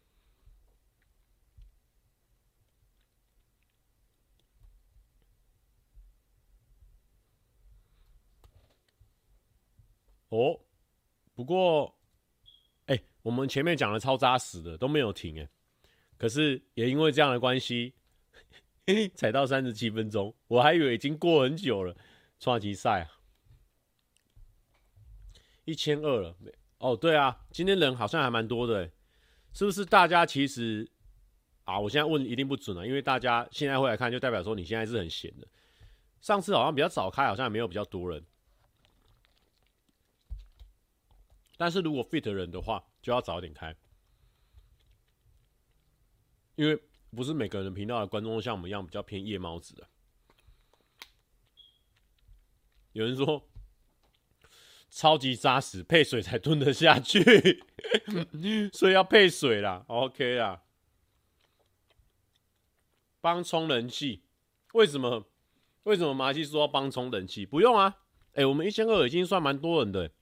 哦，不过，哎、欸，我们前面讲的超扎实的，都没有停哎、欸。可是也因为这样的关系，才到三十七分钟，我还以为已经过很久了。创级赛啊，一千二了。哦，对啊，今天人好像还蛮多的欸，是不是？大家其实啊，我现在问一定不准啊，因为大家现在会来看，就代表说你现在是很闲的。上次好像比较早开，好像也没有比较多人。但是如果 fit 的人的话，就要早点开。因为不是每个人频道的观众都像我们一样比较偏夜猫子的。有人说超级扎实，配水才吞得下去，所以要配水啦。OK 啦，帮充人气，为什么？为什么麻西说要帮充人气？不用啊，哎、欸，我们一千二已经算蛮多人的、欸，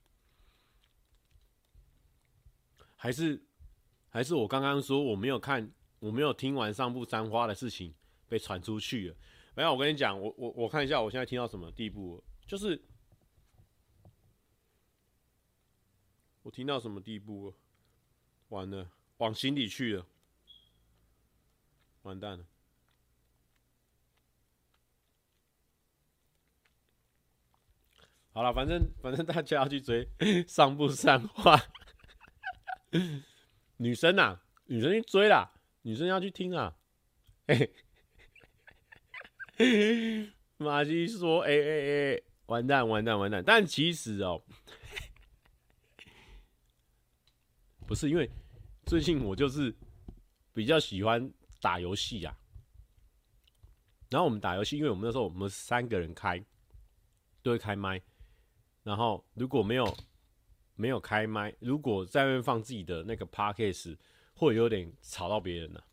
还是还是我刚刚说我没有看。我没有听完上部三花的事情被传出去了。没有，我跟你讲，我我我看一下，我现在听到什么地步了？就是我听到什么地步了？完了，往心里去了，完蛋了。好了，反正反正大家要去追上部三花，女生啊，女生去追啦。女生要去听啊，欸、马西说：“哎哎哎，完蛋完蛋完蛋！”但其实哦，不是因为最近我就是比较喜欢打游戏啊。然后我们打游戏，因为我们那时候我们三个人开都会开麦，然后如果没有没有开麦，如果在外面放自己的那个 podcast。会有点吵到别人了、啊。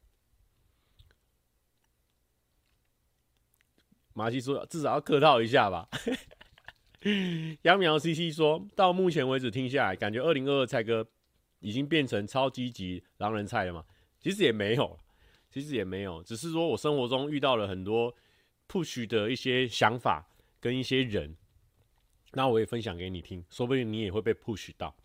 马西说：“至少要客套一下吧。”杨苗 C C 说：“到目前为止听下来，感觉二零二二蔡哥已经变成超积极狼人菜了嘛？其实也没有，其实也没有，只是说我生活中遇到了很多 push 的一些想法跟一些人， 那我也分享给你听，说不定你也会被 push 到。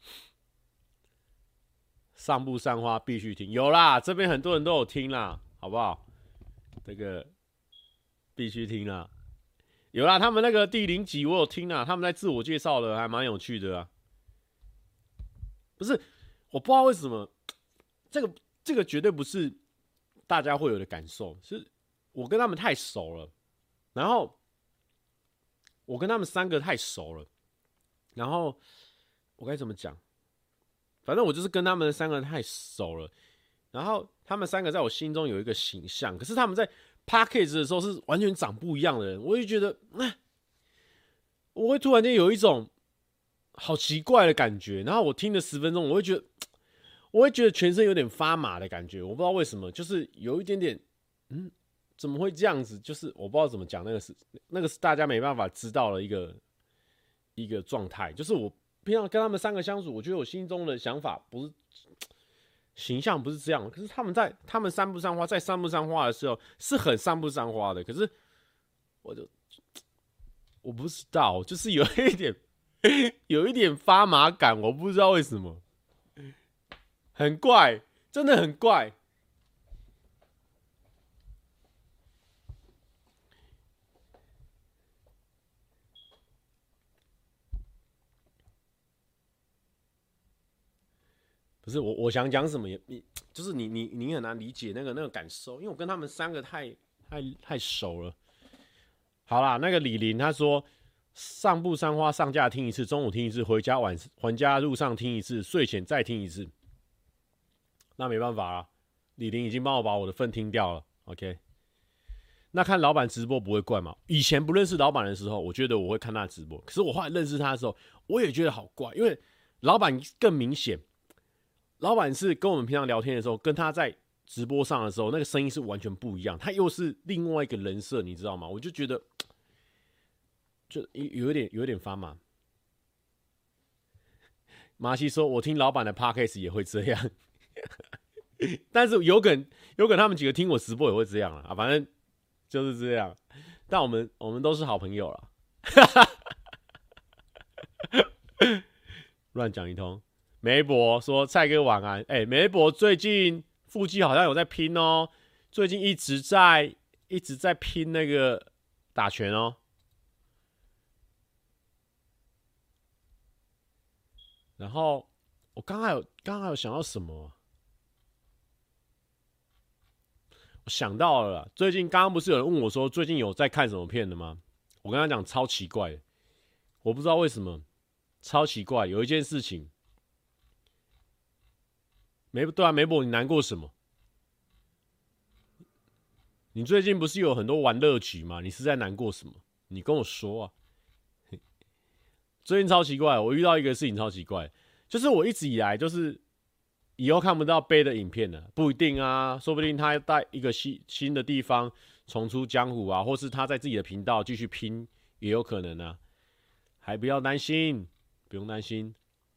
上部上花必须听，有啦，这边很多人都有听啦，好不好？这个必须听啦，有啦，他们那个第零集我有听啦，他们在自我介绍的还蛮有趣的啊。不是，我不知道为什么，这个这个绝对不是大家会有的感受，是我跟他们太熟了，然后我跟他们三个太熟了，然后我该怎么讲？反正我就是跟他们三个太熟了，然后他们三个在我心中有一个形象，可是他们在 Podcast 的时候是完全长不一样的人，我就觉得，哎，我会突然间有一种好奇怪的感觉，然后我听了十分钟，我会觉得，我会觉得全身有点发麻的感觉，我不知道为什么，就是有一点点，嗯，怎么会这样子？就是我不知道怎么讲，那个是那个是大家没办法知道的一个一个状态，就是我。平常跟他们三个相处，我觉得我心中的想法不是形象不是这样，可是他们在他们三不三花，在三不三花的时候是很三不三花的，可是我就我不知道，就是有一点有一点发麻感，我不知道为什么，很怪，真的很怪。不是我，我想讲什么也，你就是你，你你很难理解那个那个感受，因为我跟他们三个太太太熟了。好啦，那个李林他说，上部三花上架听一次，中午听一次，回家晚回家路上听一次，睡前再听一次。那没办法啦，李林已经帮我把我的份听掉了。OK， 那看老板直播不会怪吗？以前不认识老板的时候，我觉得我会看他直播，可是我后来认识他的时候，我也觉得好怪，因为老板更明显。老板是跟我们平常聊天的时候，跟他在直播上的时候，那个声音是完全不一样，他又是另外一个人设，你知道吗？我就觉得，就有一点有一点发麻。马西说：“我听老板的 podcast 也会这样，但是有可能有可能他们几个听我直播也会这样啊，反正就是这样。但我们我们都是好朋友啦，乱讲一通。”梅博说：“蔡哥晚安。”哎、欸，梅博最近腹肌好像有在拼哦，最近一直在一直在拼那个打拳哦。然后我刚刚有刚刚有想到什么、啊？我想到了啦，最近刚刚不是有人问我说最近有在看什么片的吗？我跟他讲超奇怪的，我不知道为什么超奇怪，有一件事情。没对啊，梅博，你难过什么？你最近不是有很多玩乐局吗？你是在难过什么？你跟我说啊。最近超奇怪，我遇到一个事情超奇怪，就是我一直以来就是以后看不到杯的影片了，不一定啊，说不定他在一个新新的地方重出江湖啊，或是他在自己的频道继续拼，也有可能啊。还不要担心，不用担心。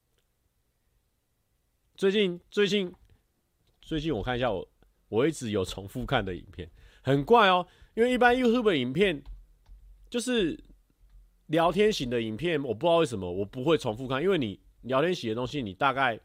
最近最近最近我看一下我我一直有重复看的影片，很怪哦，因为一般 YouTube 的影片就是聊天型的影片，我不知道为什么我不会重复看，因为你聊天型的东西你大概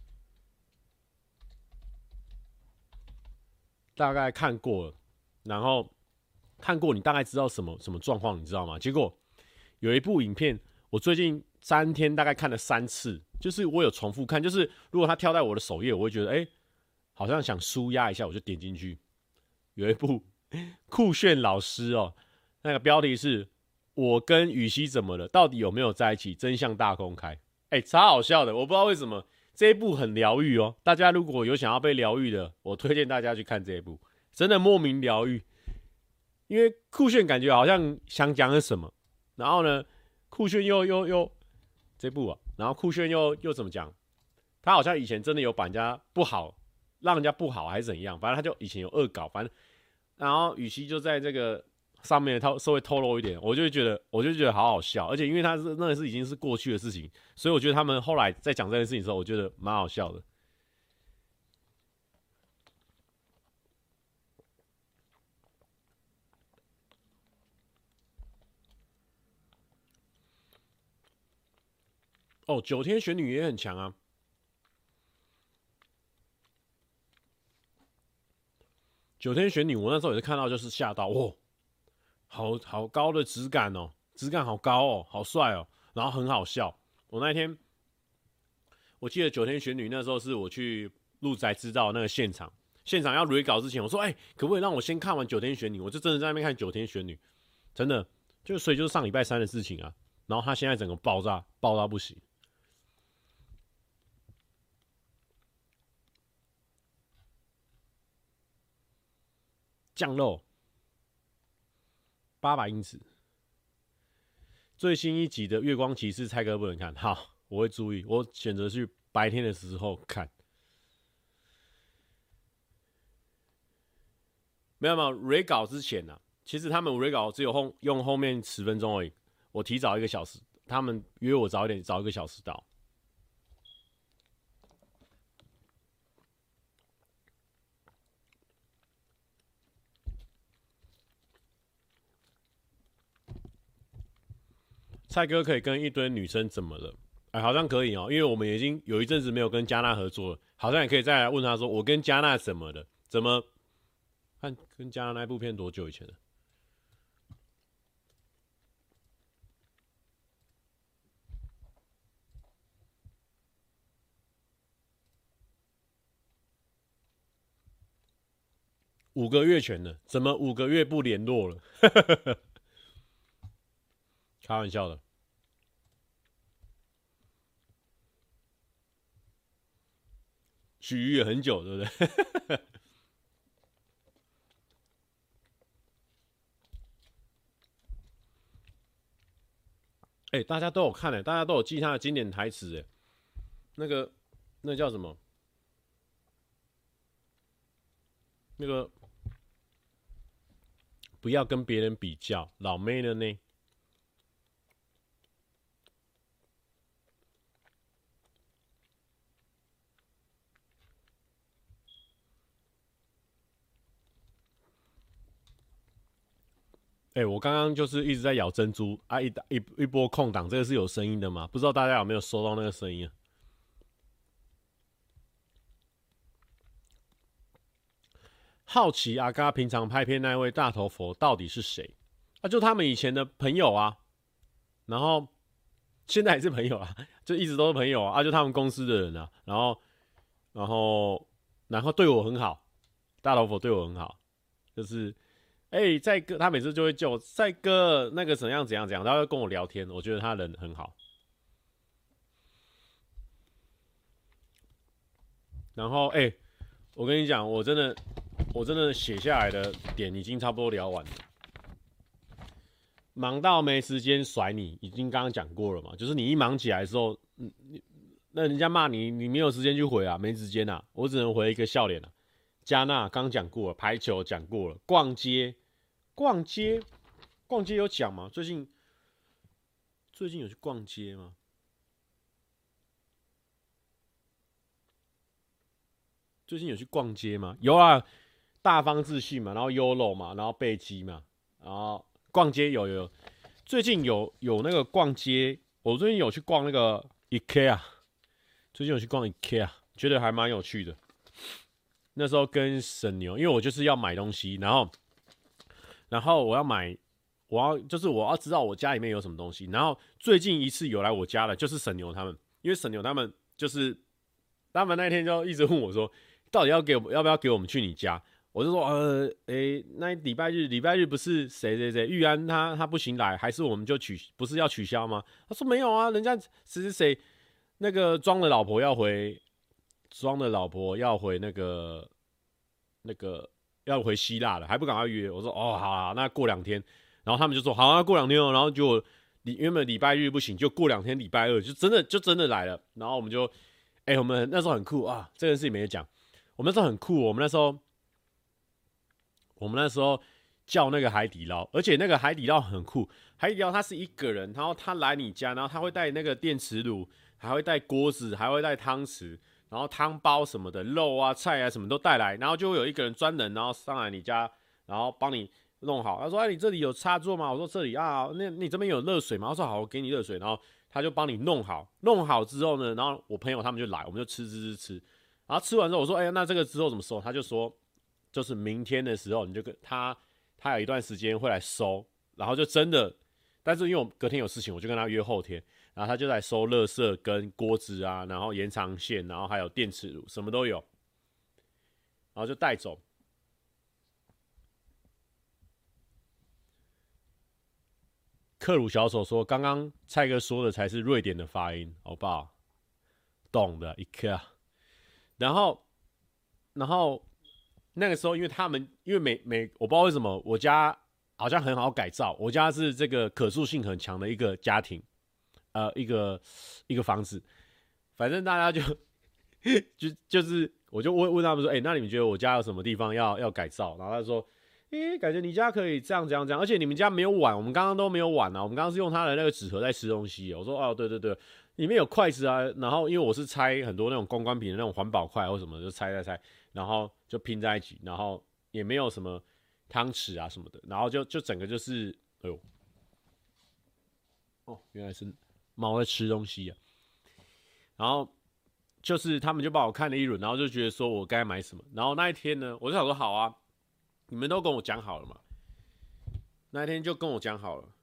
大概看过了，然后看过你大概知道什么什么状况，你知道吗？结果有一部影片，我最近三天大概看了三次，就是我有重复看，就是如果他跳在我的首页，我会觉得哎、欸，好像想舒压一下，我就点进去。有一部酷炫老师哦，那个标题是“我跟羽西怎么了？到底有没有在一起？真相大公开。”哎、欸，超好笑的，我不知道为什么这一部很疗愈哦。大家如果有想要被疗愈的，我推荐大家去看这一部，真的莫名疗愈。因为酷炫感觉好像想讲了什么，然后呢，酷炫又又又这部啊，然后酷炫又又怎么讲？他好像以前真的有把人家不好，让人家不好还是怎样，反正他就以前有恶搞，反正然后羽西就在这个上面他稍微透露一点，我就觉得我就觉得好好笑，而且因为他是那个是已经是过去的事情，所以我觉得他们后来在讲这件事情的时候，我觉得蛮好笑的。 哦，九天玄女也很强啊。九天玄女，我那时候也是看到，就是吓到，哇，好好高的质感哦，质感好高哦，好帅哦，然后很好笑。我那天我记得九天玄女那时候是我去鹿宅知道那个现场，现场要 re 稿之前，我说，哎、欸，可不可以让我先看完九天玄女？我就真的在那边看九天玄女，真的，就所以就是上礼拜三的事情啊。然后他现在整个爆炸，爆到不行。降肉八百英尺，最新一集的《月光骑士》，蔡哥不能看，好，我会注意，我选择去白天的时候看。没有没有 re 稿之前呢、啊，其实他们 re 稿只有后用后面十分钟而已，我提早一个小时，他们约我早一点，早一个小时到。蔡哥可以跟一堆女生怎么了？哎，好像可以哦，因为我们已经有一阵子没有跟加纳合作了，好像也可以再来问他说，我跟加纳怎么了？怎么？看跟加纳那部片多久以前了？五个月前了，怎么五个月不联络了？开玩笑的。许瑜也很久，对不对？哎、欸，大家都有看哎、欸，大家都有记他的经典台词哎、欸。那个，那叫什么？那个不要跟别人比较，老妹了呢。哎、欸，我刚刚就是一直在咬珍珠啊，一一一波空档，这个是有声音的吗？不知道大家有没有收到那个声音啊？好奇阿嘎平常拍片那位大头佛到底是谁？啊，就他们以前的朋友啊，然后现在还是朋友啊，就一直都是朋友啊，啊就他们公司的人啊，然后，然后，然后对我很好，大头佛对我很好，就是，哎、欸，在哥，他每次就会叫我在哥那个怎样怎样怎样，他会跟我聊天，我觉得他人很好。然后，哎、欸，我跟你讲，我真的。我真的写下来的点已经差不多聊完了，忙到没时间甩你，已经刚刚讲过了嘛，就是你一忙起来的时候，嗯，那人家骂你，你没有时间去回啊，没时间啊，我只能回一个笑脸啊。加纳刚讲过了，排球讲过了，逛街，逛街，逛街有讲吗？最近最近有去逛街吗？最近有去逛街吗？有啊。大方自信嘛，然后 Y O L O 嘛，然后背肌嘛，然后逛街有有有，最近有有那个逛街，我最近有去逛那个 IKEA， 最近有去逛 IKEA， 觉得还蛮有趣的。那时候跟沈牛，因为我就是要买东西，然后然后我要买，我要就是我要知道我家里面有什么东西，然后最近一次有来我家的，就是沈牛他们，因为沈牛他们就是他们那天就一直问我说，到底要给我要不要给我们去你家？我就说，呃，诶、欸，那礼拜日，礼拜日不是谁谁谁玉安他他不行来，还是我们就取，不是要取消吗？他说没有啊，人家谁谁谁那个庄的老婆要回，庄的老婆要回那个那个要回希腊了，还不赶快约？我说哦，好啊，那过两天，然后他们就说好啊，过两天哦，然后就原本礼拜日不行，就过两天礼拜二就真的就真的来了，然后我们就，哎、欸，我们那时候很酷啊，这件事情没讲，我们那时候很酷，我们那时候。我们那时候叫那个海底捞，而且那个海底捞很酷。海底捞他是一个人，然后他来你家，然后他会带那个电磁炉，还会带锅子，还会带汤匙，然后汤包什么的，肉啊、菜啊什么都带来，然后就会有一个人专人，然后上来你家，然后帮你弄好。他说：“哎，你这里有插座吗？”我说：“这里啊。”那你这边有热水吗？我说：“好，我给你热水。”然后他就帮你弄好，弄好之后呢，然后我朋友他们就来，我们就吃吃吃吃，然后吃完之后我说，哎、欸，那这个之后怎么收？他就说，就是明天的时候你就跟他，他有一段时间会来收，然后就真的，但是因为我隔天有事情，我就跟他约后天，然后他就来收垃圾跟锅子啊，然后延长线，然后还有电磁炉，什么都有，然后就带走。克鲁小手说：“刚刚蔡哥说的才是瑞典的发音，好不好？懂的 ，IKEA。然后，然后那个时候，因为他们因为每每我不知道为什么，我家好像很好改造，我家是这个可塑性很强的一个家庭，呃，一个一个房子，反正大家就就就是，我就问问他们说，哎、欸，那你们觉得我家有什么地方要要改造？然后他说。”诶、欸，感觉你家可以这样这样这样，而且你们家没有碗，我们刚刚都没有碗啊，我们刚刚是用他的那个纸盒在吃东西。我说哦，对对对，里面有筷子啊，然后因为我是拆很多那种公关品的那种环保筷或什么，就拆拆拆，然后就拼在一起，然后也没有什么汤匙啊什么的，然后就就整个就是，哎呦，哦，原来是猫在吃东西啊，然后就是他们就帮我看了一轮，然后就觉得说我该买什么，然后那一天呢，我就想说好啊。你们都跟我讲好了嘛？那一天就跟我讲好了，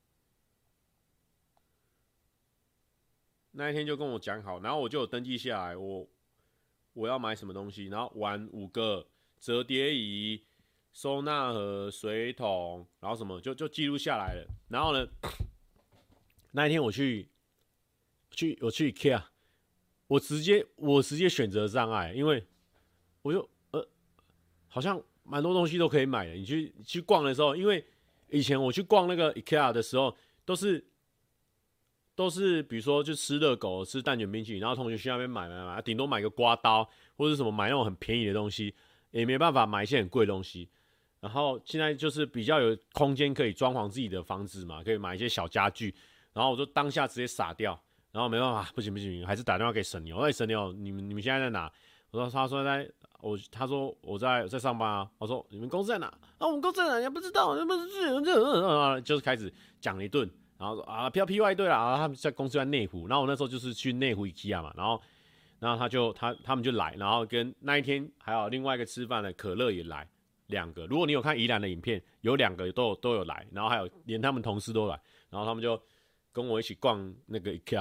那一天就跟我讲好，然后我就有登记下来，我我要买什么东西，然后玩五个折叠椅、收纳盒、水桶，然后什么就就记录下来了。然后呢，那一天我去去我去 IKEA， 我直接我直接选择障碍，因为我就呃好像。蛮多东西都可以买的。你去你去逛的时候，因为以前我去逛那个 IKEA 的时候，都是都是比如说就吃热狗、吃蛋卷冰淇淋，然后同学去那边买买买，顶多买个刮刀或者什么买那种很便宜的东西，也没办法买一些很贵的东西。然后现在就是比较有空间可以装潢自己的房子嘛，可以买一些小家具。然后我就当下直接傻掉，然后没办法，不行不行，还是打电话给沈牛。哎，沈牛，你们你们现在在哪？我说他说在。我他说我在在上班啊，我说你们公司在哪？啊，我们公司在哪？你不知道，不是就是开始讲了一顿，然后说啊，不要批外队啦，然后他们在公司在内湖，然后我那时候就是去内湖 IKEA 嘛，然后然后他就他他们就来，然后跟那一天还有另外一个吃饭的可乐也来两个，如果你有看宜兰的影片，有两个都有都有来，然后还有连他们同事都来，然后他们就跟我一起逛那个 IKEA。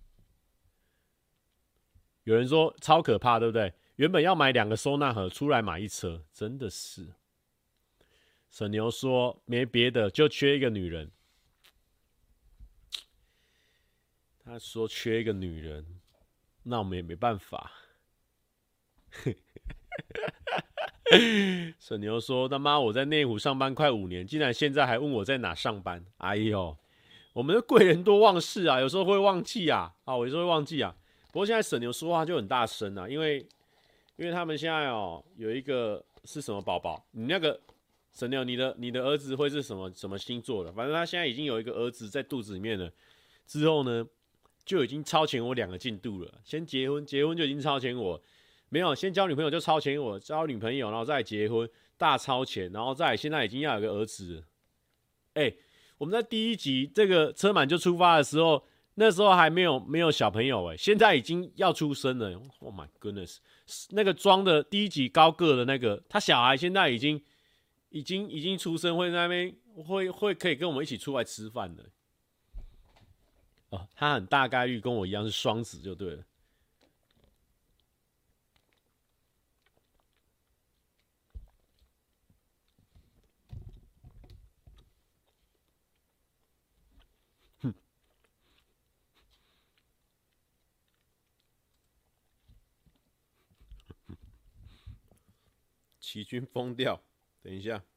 有人说超可怕，对不对？原本要买两个收纳盒，出来买一车，真的是。沈牛说没别的，就缺一个女人。他说缺一个女人，那我们也没办法。沈牛说他妈我在内湖上班快五年，竟然现在还问我在哪上班。哎呦，我们的贵人多忘事啊，有时候会忘记啊，啊，我有时候会忘记啊。不过现在沈牛说话就很大声啊，因为。因为他们现在哦有一个是什么宝宝，你那个沈牛，你的你的儿子会是什么什么星座的？反正他现在已经有一个儿子在肚子里面了，之后呢就已经超前我两个进度了。先结婚，结婚就已经超前我，没有先交女朋友就超前我，交女朋友然后再结婚，大超前，然后再现在已经要有个儿子了。哎、欸，我们在第一集这个车满就出发的时候。那时候还没有没有小朋友哎，现在已经要出生了。Oh my goodness！ 那个装的第一集高个的那个，他小孩现在已经已经已经出生，会在那边会会可以跟我们一起出来吃饭的。哦，他很大概率跟我一样是双子就对了。齐军疯掉，等一下。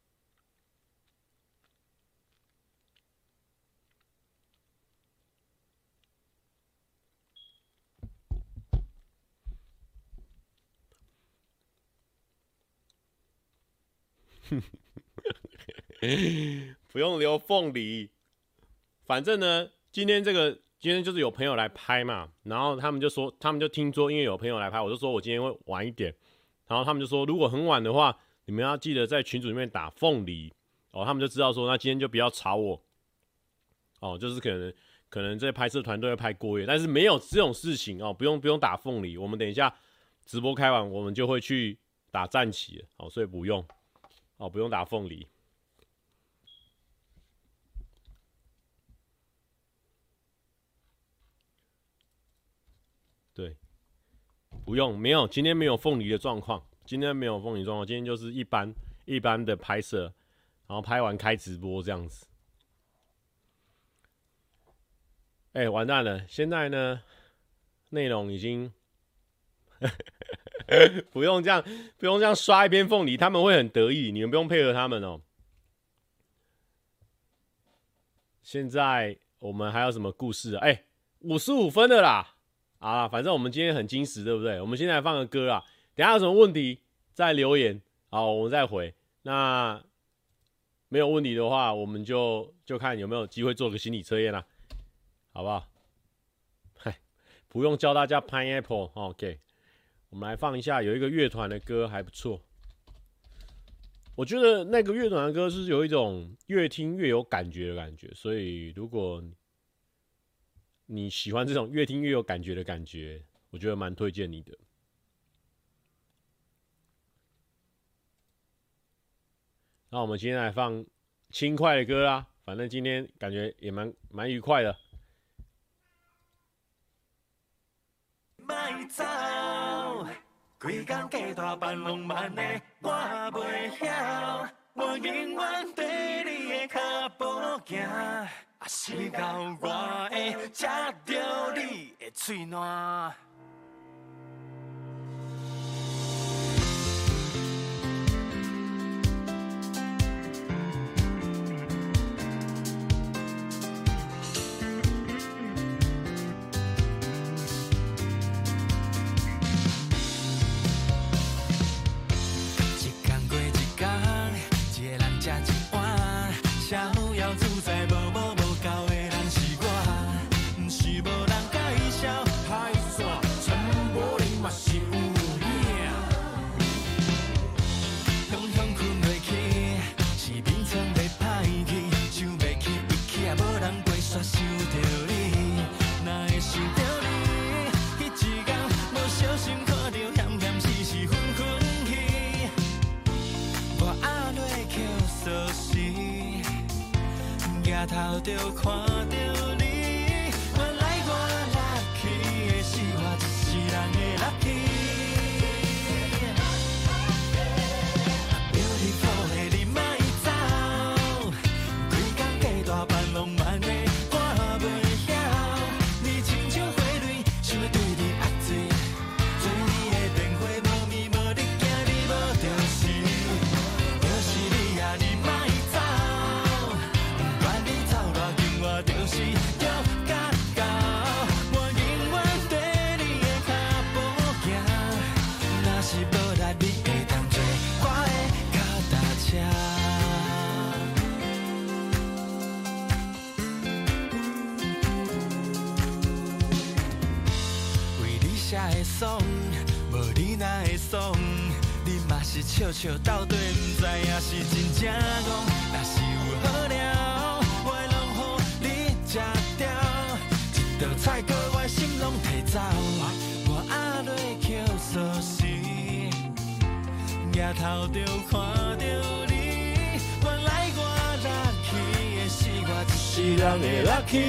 不用留凤梨，反正呢，今天这个今天就是有朋友来拍嘛，然后他们就说，他们就听说因为有朋友来拍，我就说我今天会晚一点，然后他们就说如果很晚的话，你们要记得在群组里面打凤梨哦，他们就知道说那今天就不要吵我哦，就是可能可能这拍摄团队会拍过夜，但是没有这种事情哦，不用不用打凤梨，我们等一下直播开完，我们就会去打战旗了，哦，所以不用哦，不用打凤梨。对，不用，没有，今天没有凤梨的状况，今天没有凤梨状况，今天就是一般一般的拍摄，然后拍完开直播这样子。哎、欸，完蛋了！现在呢，内容已经不用这样，不用这样刷一篇凤梨，他们会很得意，你们不用配合他们哦。现在我们还有什么故事啊？哎、欸，五十五分的啦！啊，反正我们今天很精实，对不对？我们现在放个歌啦，等一下有什么问题再留言，好，我们再回。那没有问题的话，我们就就看有没有机会做个心理测验啦。好不好？嗨，不用教大家 Pineapple，OK。我们来放一下，有一个乐团的歌还不错。我觉得那个乐团的歌是有一种越听越有感觉的感觉，所以如果你喜欢这种越听越有感觉的感觉，我觉得蛮推荐你的。那我们今天来放轻快的歌啦，反正今天感觉也蛮蛮愉快的。 莫走，规工加大班浪漫的我袂晓，我永远对你的脚步行，啊是到我会吃着你的嘴烂。头就看到你，原来我 lucky 的是我一世人的 lucky。Beautiful 的你莫走，规工加大班浪漫的我袂晓，你亲像花蕊，想要对你压水，做你的电话无咪无你惊你无着是，就是你啊你莫走。就是要甲到，我永远对你的脚步行。若是无力，你会当做我的脚踏车。为你写的爽，无你哪会爽？你嘛是笑笑斗对，不知影是真正戆。若是有好料。吃掉一道菜，搁我心拢摕走。我压落捡锁匙，抬头就看到你。原来我 lucky 的是我一世人的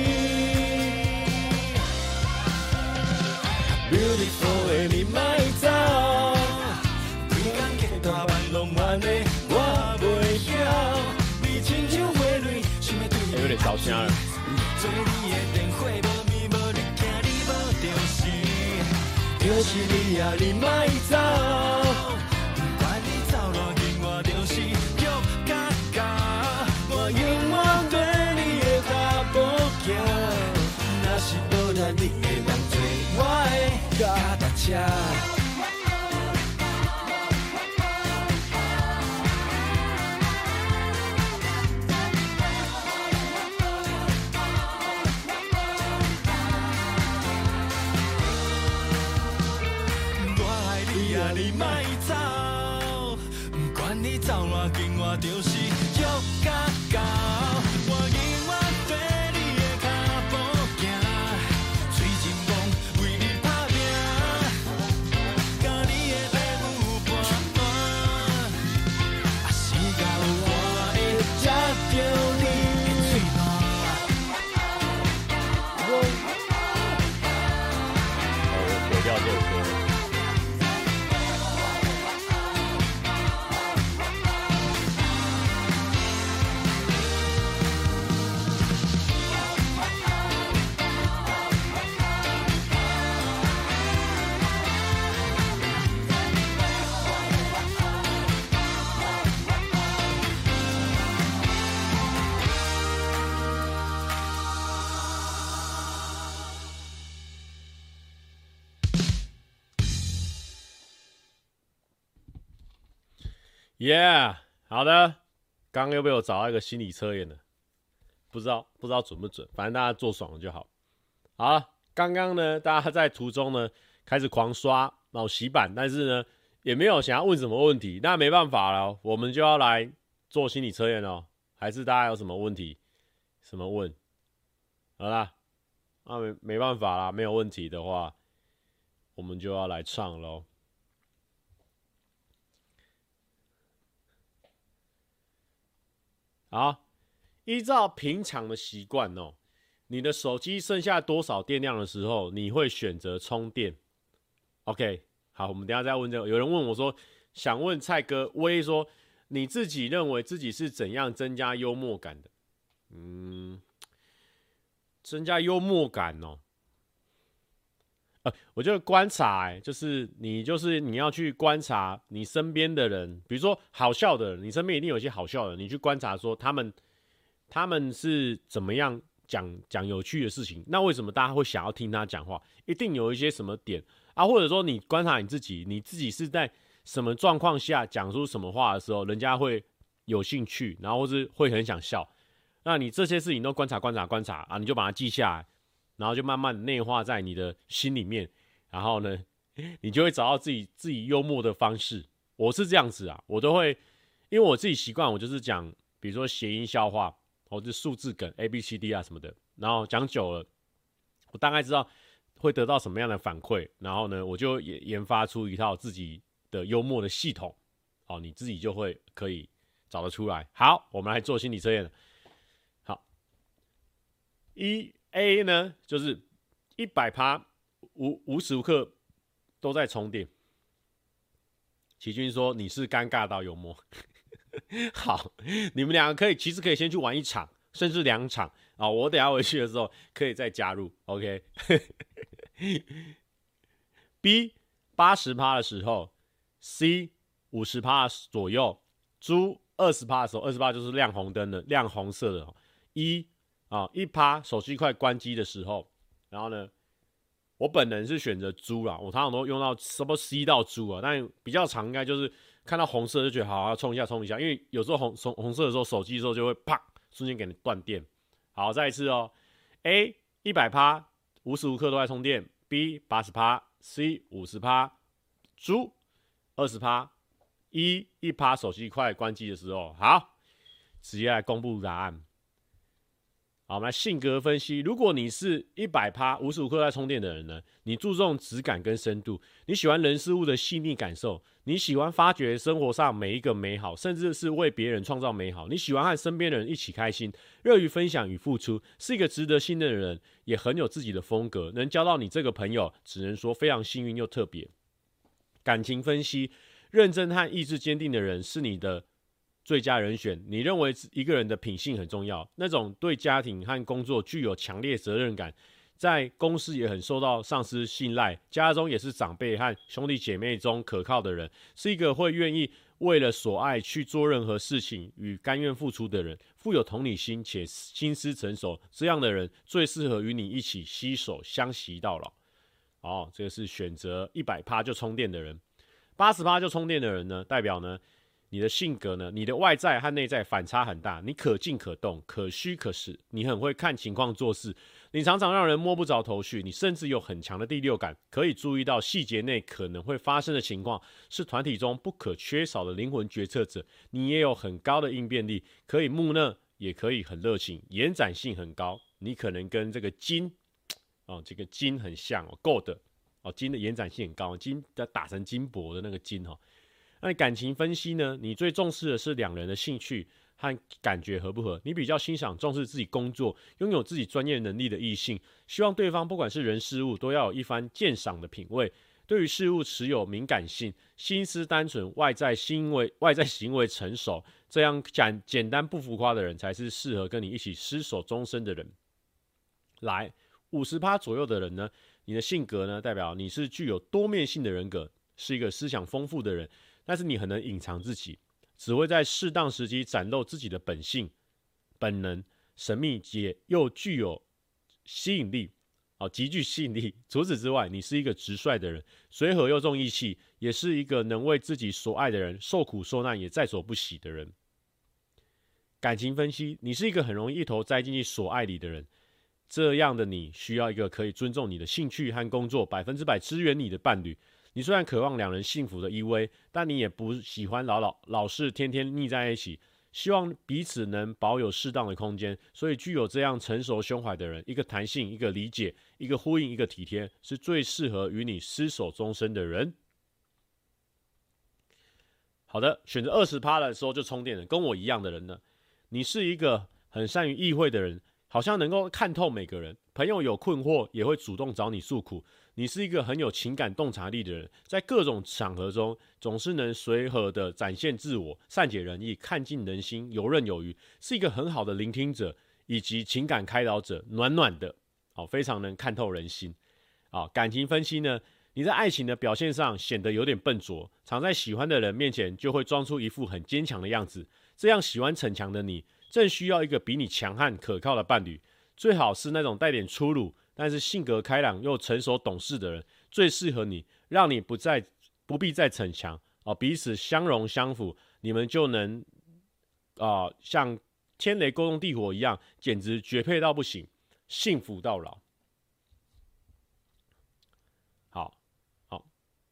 lucky。Beautiful 的你莫走，规工加大班浪漫的我袂晓，你亲像花蕊，想要对你有点烧声了。 做你的电话无咪无你惊你无着是，就是你啊你莫走，不管你走偌远我就是要甲到，我永远对你的脚步行，若是无力你会当做我的脚踏车。你莫走，不管你走偌近，我就是要甲到。我永远对你的脚步 Yeah， 好的，刚刚又被我找到一个心理测验了，不知道不知道准不准，反正大家做爽了就好。好了，刚刚呢，大家在途中呢开始狂刷，然后洗版，但是呢也没有想要问什么问题，那没办法了，我们就要来做心理测验哦。还是大家有什么问题，什么问？好啦，那没没办法啦，没有问题的话，我们就要来唱咯。好，依照平常的习惯哦，你的手机剩下多少电量的时候，你会选择充电 ？OK， 好，我们等一下再问这个。有人问我说，想问蔡哥威说，你自己认为自己是怎样增加幽默感的？嗯，增加幽默感哦。呃，我觉得观察、欸，就是你就是你要去观察你身边的人，比如说好笑的人，你身边一定有一些好笑的人，你去观察说他们他们是怎么样讲讲有趣的事情，那为什么大家会想要听他讲话？一定有一些什么点啊，或者说你观察你自己，你自己是在什么状况下讲出什么话的时候，人家会有兴趣，然后或是会很想笑。那你这些事情都观察观察观察啊，你就把它记下来。然后就慢慢内化在你的心里面，然后呢，你就会找到自己自己幽默的方式。我是这样子啊，我都会，因为我自己习惯，我就是讲，比如说谐音笑话，或者数字梗 A B C D 啊什么的，然后讲久了，我大概知道会得到什么样的反馈，然后呢，我就也研发出一套自己的幽默的系统，好，你自己就会可以找得出来。好，我们来做心理测验了。好，一。A 呢，就是一百趴无无时无刻都在充电。奇君说你是尴尬到幽默，好，你们两个可以其实可以先去玩一场，甚至两场啊。我等一下回去的时候可以再加入 ，OK。B 八十趴的时候 ，C 五十趴左右，猪二十趴的时候，二十趴就是亮红灯的，亮红色的。一啊，一趴手机快关机的时候，然后呢，我本人是选择猪啦，我常常都用到什么 C 到猪啊，但比较常应该就是看到红色就觉得好要冲一下冲一下，因为有时候红红色的时候手机的时候就会啪瞬间给你断电。好，再一次哦 ，A 一百趴无时无刻都在充电 ，B 八十趴 ，C 五十趴，猪二十趴，一一趴手机快关机的时候，好，直接来公布答案。好，我们来性格分析。如果你是一百趴无时无刻在充电的人呢，你注重质感跟深度，你喜欢人事物的细腻感受，你喜欢发掘生活上每一个美好，甚至是为别人创造美好。你喜欢和身边的人一起开心，乐于分享与付出，是一个值得信任的人，也很有自己的风格。能交到你这个朋友，只能说非常幸运又特别。感情分析，认真和意志坚定的人是你的最佳人选。你认为一个人的品性很重要，那种对家庭和工作具有强烈责任感，在公司也很受到上司信赖，家中也是长辈和兄弟姐妹中可靠的人，是一个会愿意为了所爱去做任何事情与甘愿付出的人，富有同理心且心思成熟，这样的人最适合与你一起携手相惜到老。哦，这个是选择 百分之百 就充电的人。 百分之八十 就充电的人呢，代表呢你的性格呢，你的外在和内在反差很大，你可静可动，可虚可实，你很会看情况做事，你常常让人摸不着头绪，你甚至有很强的第六感，可以注意到细节内可能会发生的情况，是团体中不可缺少的灵魂决策者。你也有很高的应变力，可以木讷，也可以很热情，延展性很高。你可能跟这个金哦，这个金很像哦 ，gold 哦，金的延展性很高，金的打成金箔的那个金哦。那你感情分析呢？你最重视的是两人的兴趣和感觉合不合？你比较欣赏重视自己工作、拥有自己专业能力的异性，希望对方不管是人事物都要有一番鉴赏的品味，对于事物持有敏感性，心思单纯，外在行为外在行为成熟，这样简简单不浮夸的人才是适合跟你一起厮守终身的人。来 百分之五十 左右的人呢，你的性格呢，代表你是具有多面性的人格，是一个思想丰富的人。但是你很能隐藏自己，只会在适当时机展露自己的本性、本能、神秘且又具有吸引力哦，极具吸引力。除此之外，你是一个直率的人，随和又重义气，也是一个能为自己所爱的人受苦受难也在所不惜的人。感情分析，你是一个很容易一头栽进去所爱里的人，这样的你需要一个可以尊重你的兴趣和工作，百分之百支援你的伴侣。你虽然渴望两人幸福的依偎，但你也不喜欢老老老是天天腻在一起，希望彼此能保有适当的空间。所以具有这样成熟胸怀的人，一个弹性，一个理解，一个呼应，一个体贴，是最适合与你厮守终身的人。好的，选择 百分之二十 的时候就充电了，跟我一样的人呢，你是一个很善于意会的人，好像能够看透每个人，朋友有困惑也会主动找你诉苦。你是一个很有情感洞察力的人，在各种场合中总是能随和的展现自我，善解人意，看尽人心，游刃有余，是一个很好的聆听者以及情感开导者，暖暖的，哦，非常能看透人心。哦，感情分析呢，你在爱情的表现上显得有点笨拙，常在喜欢的人面前就会装出一副很坚强的样子。这样喜欢逞强的你，正需要一个比你强悍可靠的伴侣，最好是那种带点粗鲁，但是性格开朗又成熟懂事的人，最适合你，让你不再不必再逞强，哦，彼此相容相辅，你们就能啊、呃、像天雷勾动地火一样，简直绝配到不行，幸福到老。好，好，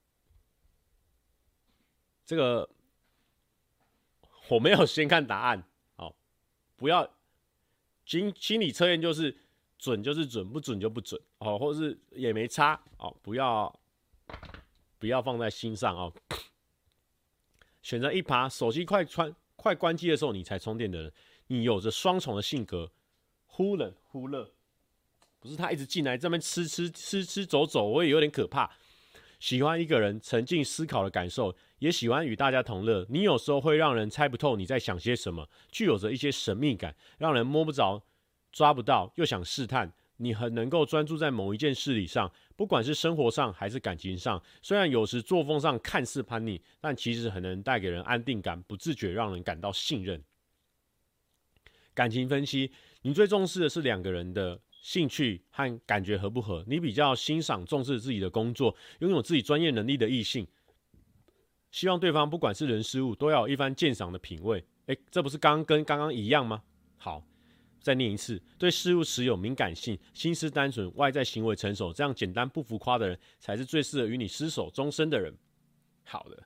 这个我没有先看答案，好，不要心心理测验就是准就是准，不准就不准，哦，或是也没差，哦，不要不要放在心上哦。选择一趴，手机快穿快关机的时候你才充电的人，你有着双重的性格，忽冷忽热。不是他一直进来这边吃吃吃吃走走，我也有点可怕。喜欢一个人沉浸思考的感受，也喜欢与大家同乐。你有时候会让人猜不透你在想些什么，具有着一些神秘感，让人摸不着、抓不到，又想试探。你很能够专注在某一件事理上，不管是生活上还是感情上。虽然有时作风上看似叛逆，但其实很能带给人安定感，不自觉让人感到信任。感情分析，你最重视的是两个人的兴趣和感觉合不合，你比较欣赏重视自己的工作，拥有自己专业能力的异性，希望对方不管是人事物都要有一番鉴赏的品味。诶，这不是刚刚跟刚刚一样吗？好，再念一次，对事物持有敏感性，心思单纯，外在行为成熟，这样简单不浮夸的人才是最适合与你厮守终身的人。好的，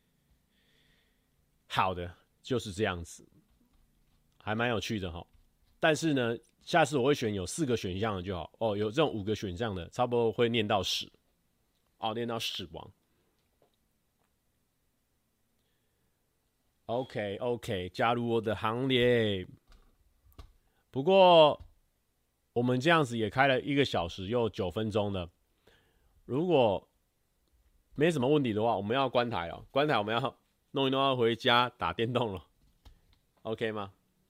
好的，就是这样子，还蛮有趣的齁。但是呢，下次我会选有四个选项的就好哦，有这种五个选项的，差不多会念到死，哦，念到死亡。OK OK， 加入我的行列。不过我们这样子也开了一个小时又九分钟了，如果没什么问题的话，我们要关台了。关台我们要弄一弄，要回家打电动了 ，OK 吗？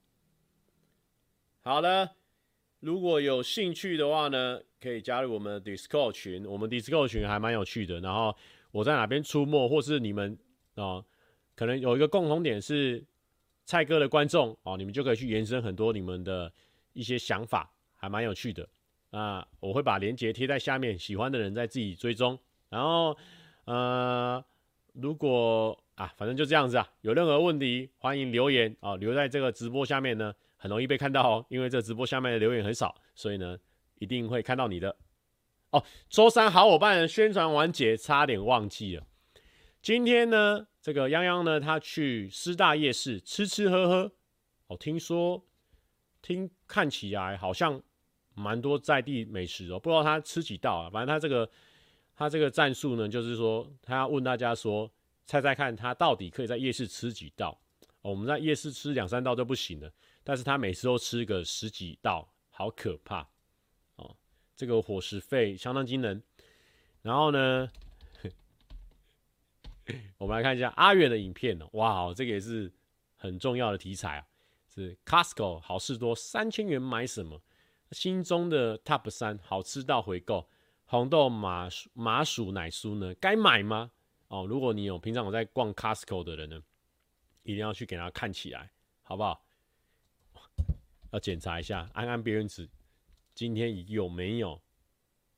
好的。如果有兴趣的话呢，可以加入我们的 Discord 群，我们 Discord 群还蛮有趣的。然后我在哪边出没，或是你们哦，可能有一个共同点是蔡哥的观众哦，你们就可以去延伸很多你们的一些想法，还蛮有趣的。那我会把连结贴在下面，喜欢的人再自己追踪。然后呃，如果啊，反正就这样子啊，有任何问题欢迎留言哦，留在这个直播下面呢。很容易被看到哦，因为这直播下面的留言很少，所以呢，一定会看到你的。哦，周三好伙伴宣传完结，差点忘记了。今天呢，这个泱泱呢，他去师大夜市吃吃喝喝。哦，听说，听看起来好像蛮多在地美食哦，不知道他吃几道啊。反正他这个他这个战术呢，就是说他要问大家说，猜猜看他到底可以在夜市吃几道。哦，我们在夜市吃两三道就不行了。但是他每次都吃个十几道，好可怕哦！这个伙食费相当惊人。然后呢，我们来看一下阿远的影片哦，哇，这个也是很重要的题材啊，是 Costco 好事多三千元买什么？心中的 Top 三好吃到回购，红豆麻麻薯奶酥呢，该买吗？哦，如果你有平常有在逛 Costco 的人呢，一定要去给他看起来，好不好？要检查一下安安别人子今天有没有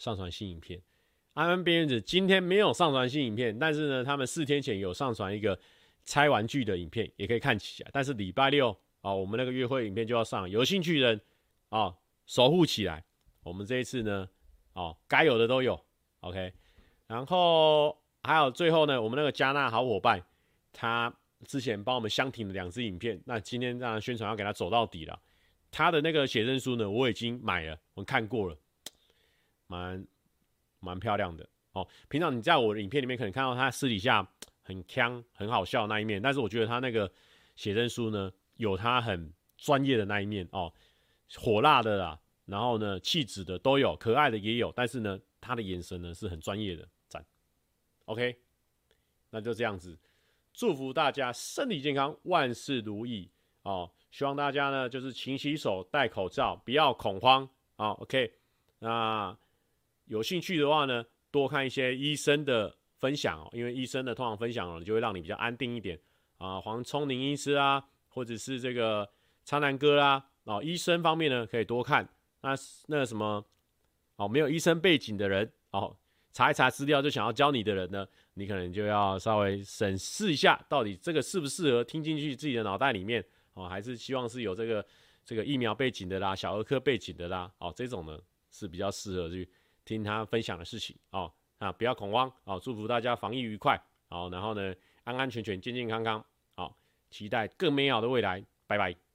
上传新影片。安安边缘子今天没有上传新影片，但是呢，他们四天前有上传一个拆玩具的影片，也可以看起来。但是礼拜六啊，我们那个约会影片就要上，有兴趣的人啊，守护起来。我们这一次呢，哦，该有的都有 ，OK。然后还有最后呢，我们那个加纳好伙伴，他之前帮我们相挺的两支影片，那今天当然宣传要给他走到底了。他的那个写真书呢，我已经买了，我看过了，蛮蛮漂亮的哦。平常你在我的影片里面可能看到他私底下很鏘、很好笑的那一面，但是我觉得他那个写真书呢，有他很专业的那一面哦，火辣的啦。然后呢，气质的都有，可爱的也有，但是呢，他的眼神呢是很专业的，赞。OK， 那就这样子，祝福大家身体健康，万事如意哦。希望大家呢就是勤洗手、戴口罩，不要恐慌啊、哦。OK， 那有兴趣的话呢，多看一些医生的分享哦，因为医生的通常分享哦，就会让你比较安定一点啊。黄聪宁医师啊，或者是这个苍南哥啦，哦，医生方面呢可以多看。那那个什么哦，没有医生背景的人哦，查一查资料就想要教你的人呢，你可能就要稍微审视一下，到底这个适不适合听进去自己的脑袋里面哦，还是希望是有这个这个疫苗背景的啦、小儿科背景的啦，哦，这种呢是比较适合去听他分享的事情哦。啊，不要恐慌哦，祝福大家防疫愉快哦，然后呢安安全全、健健康康，好、哦，期待更美好的未来，拜拜。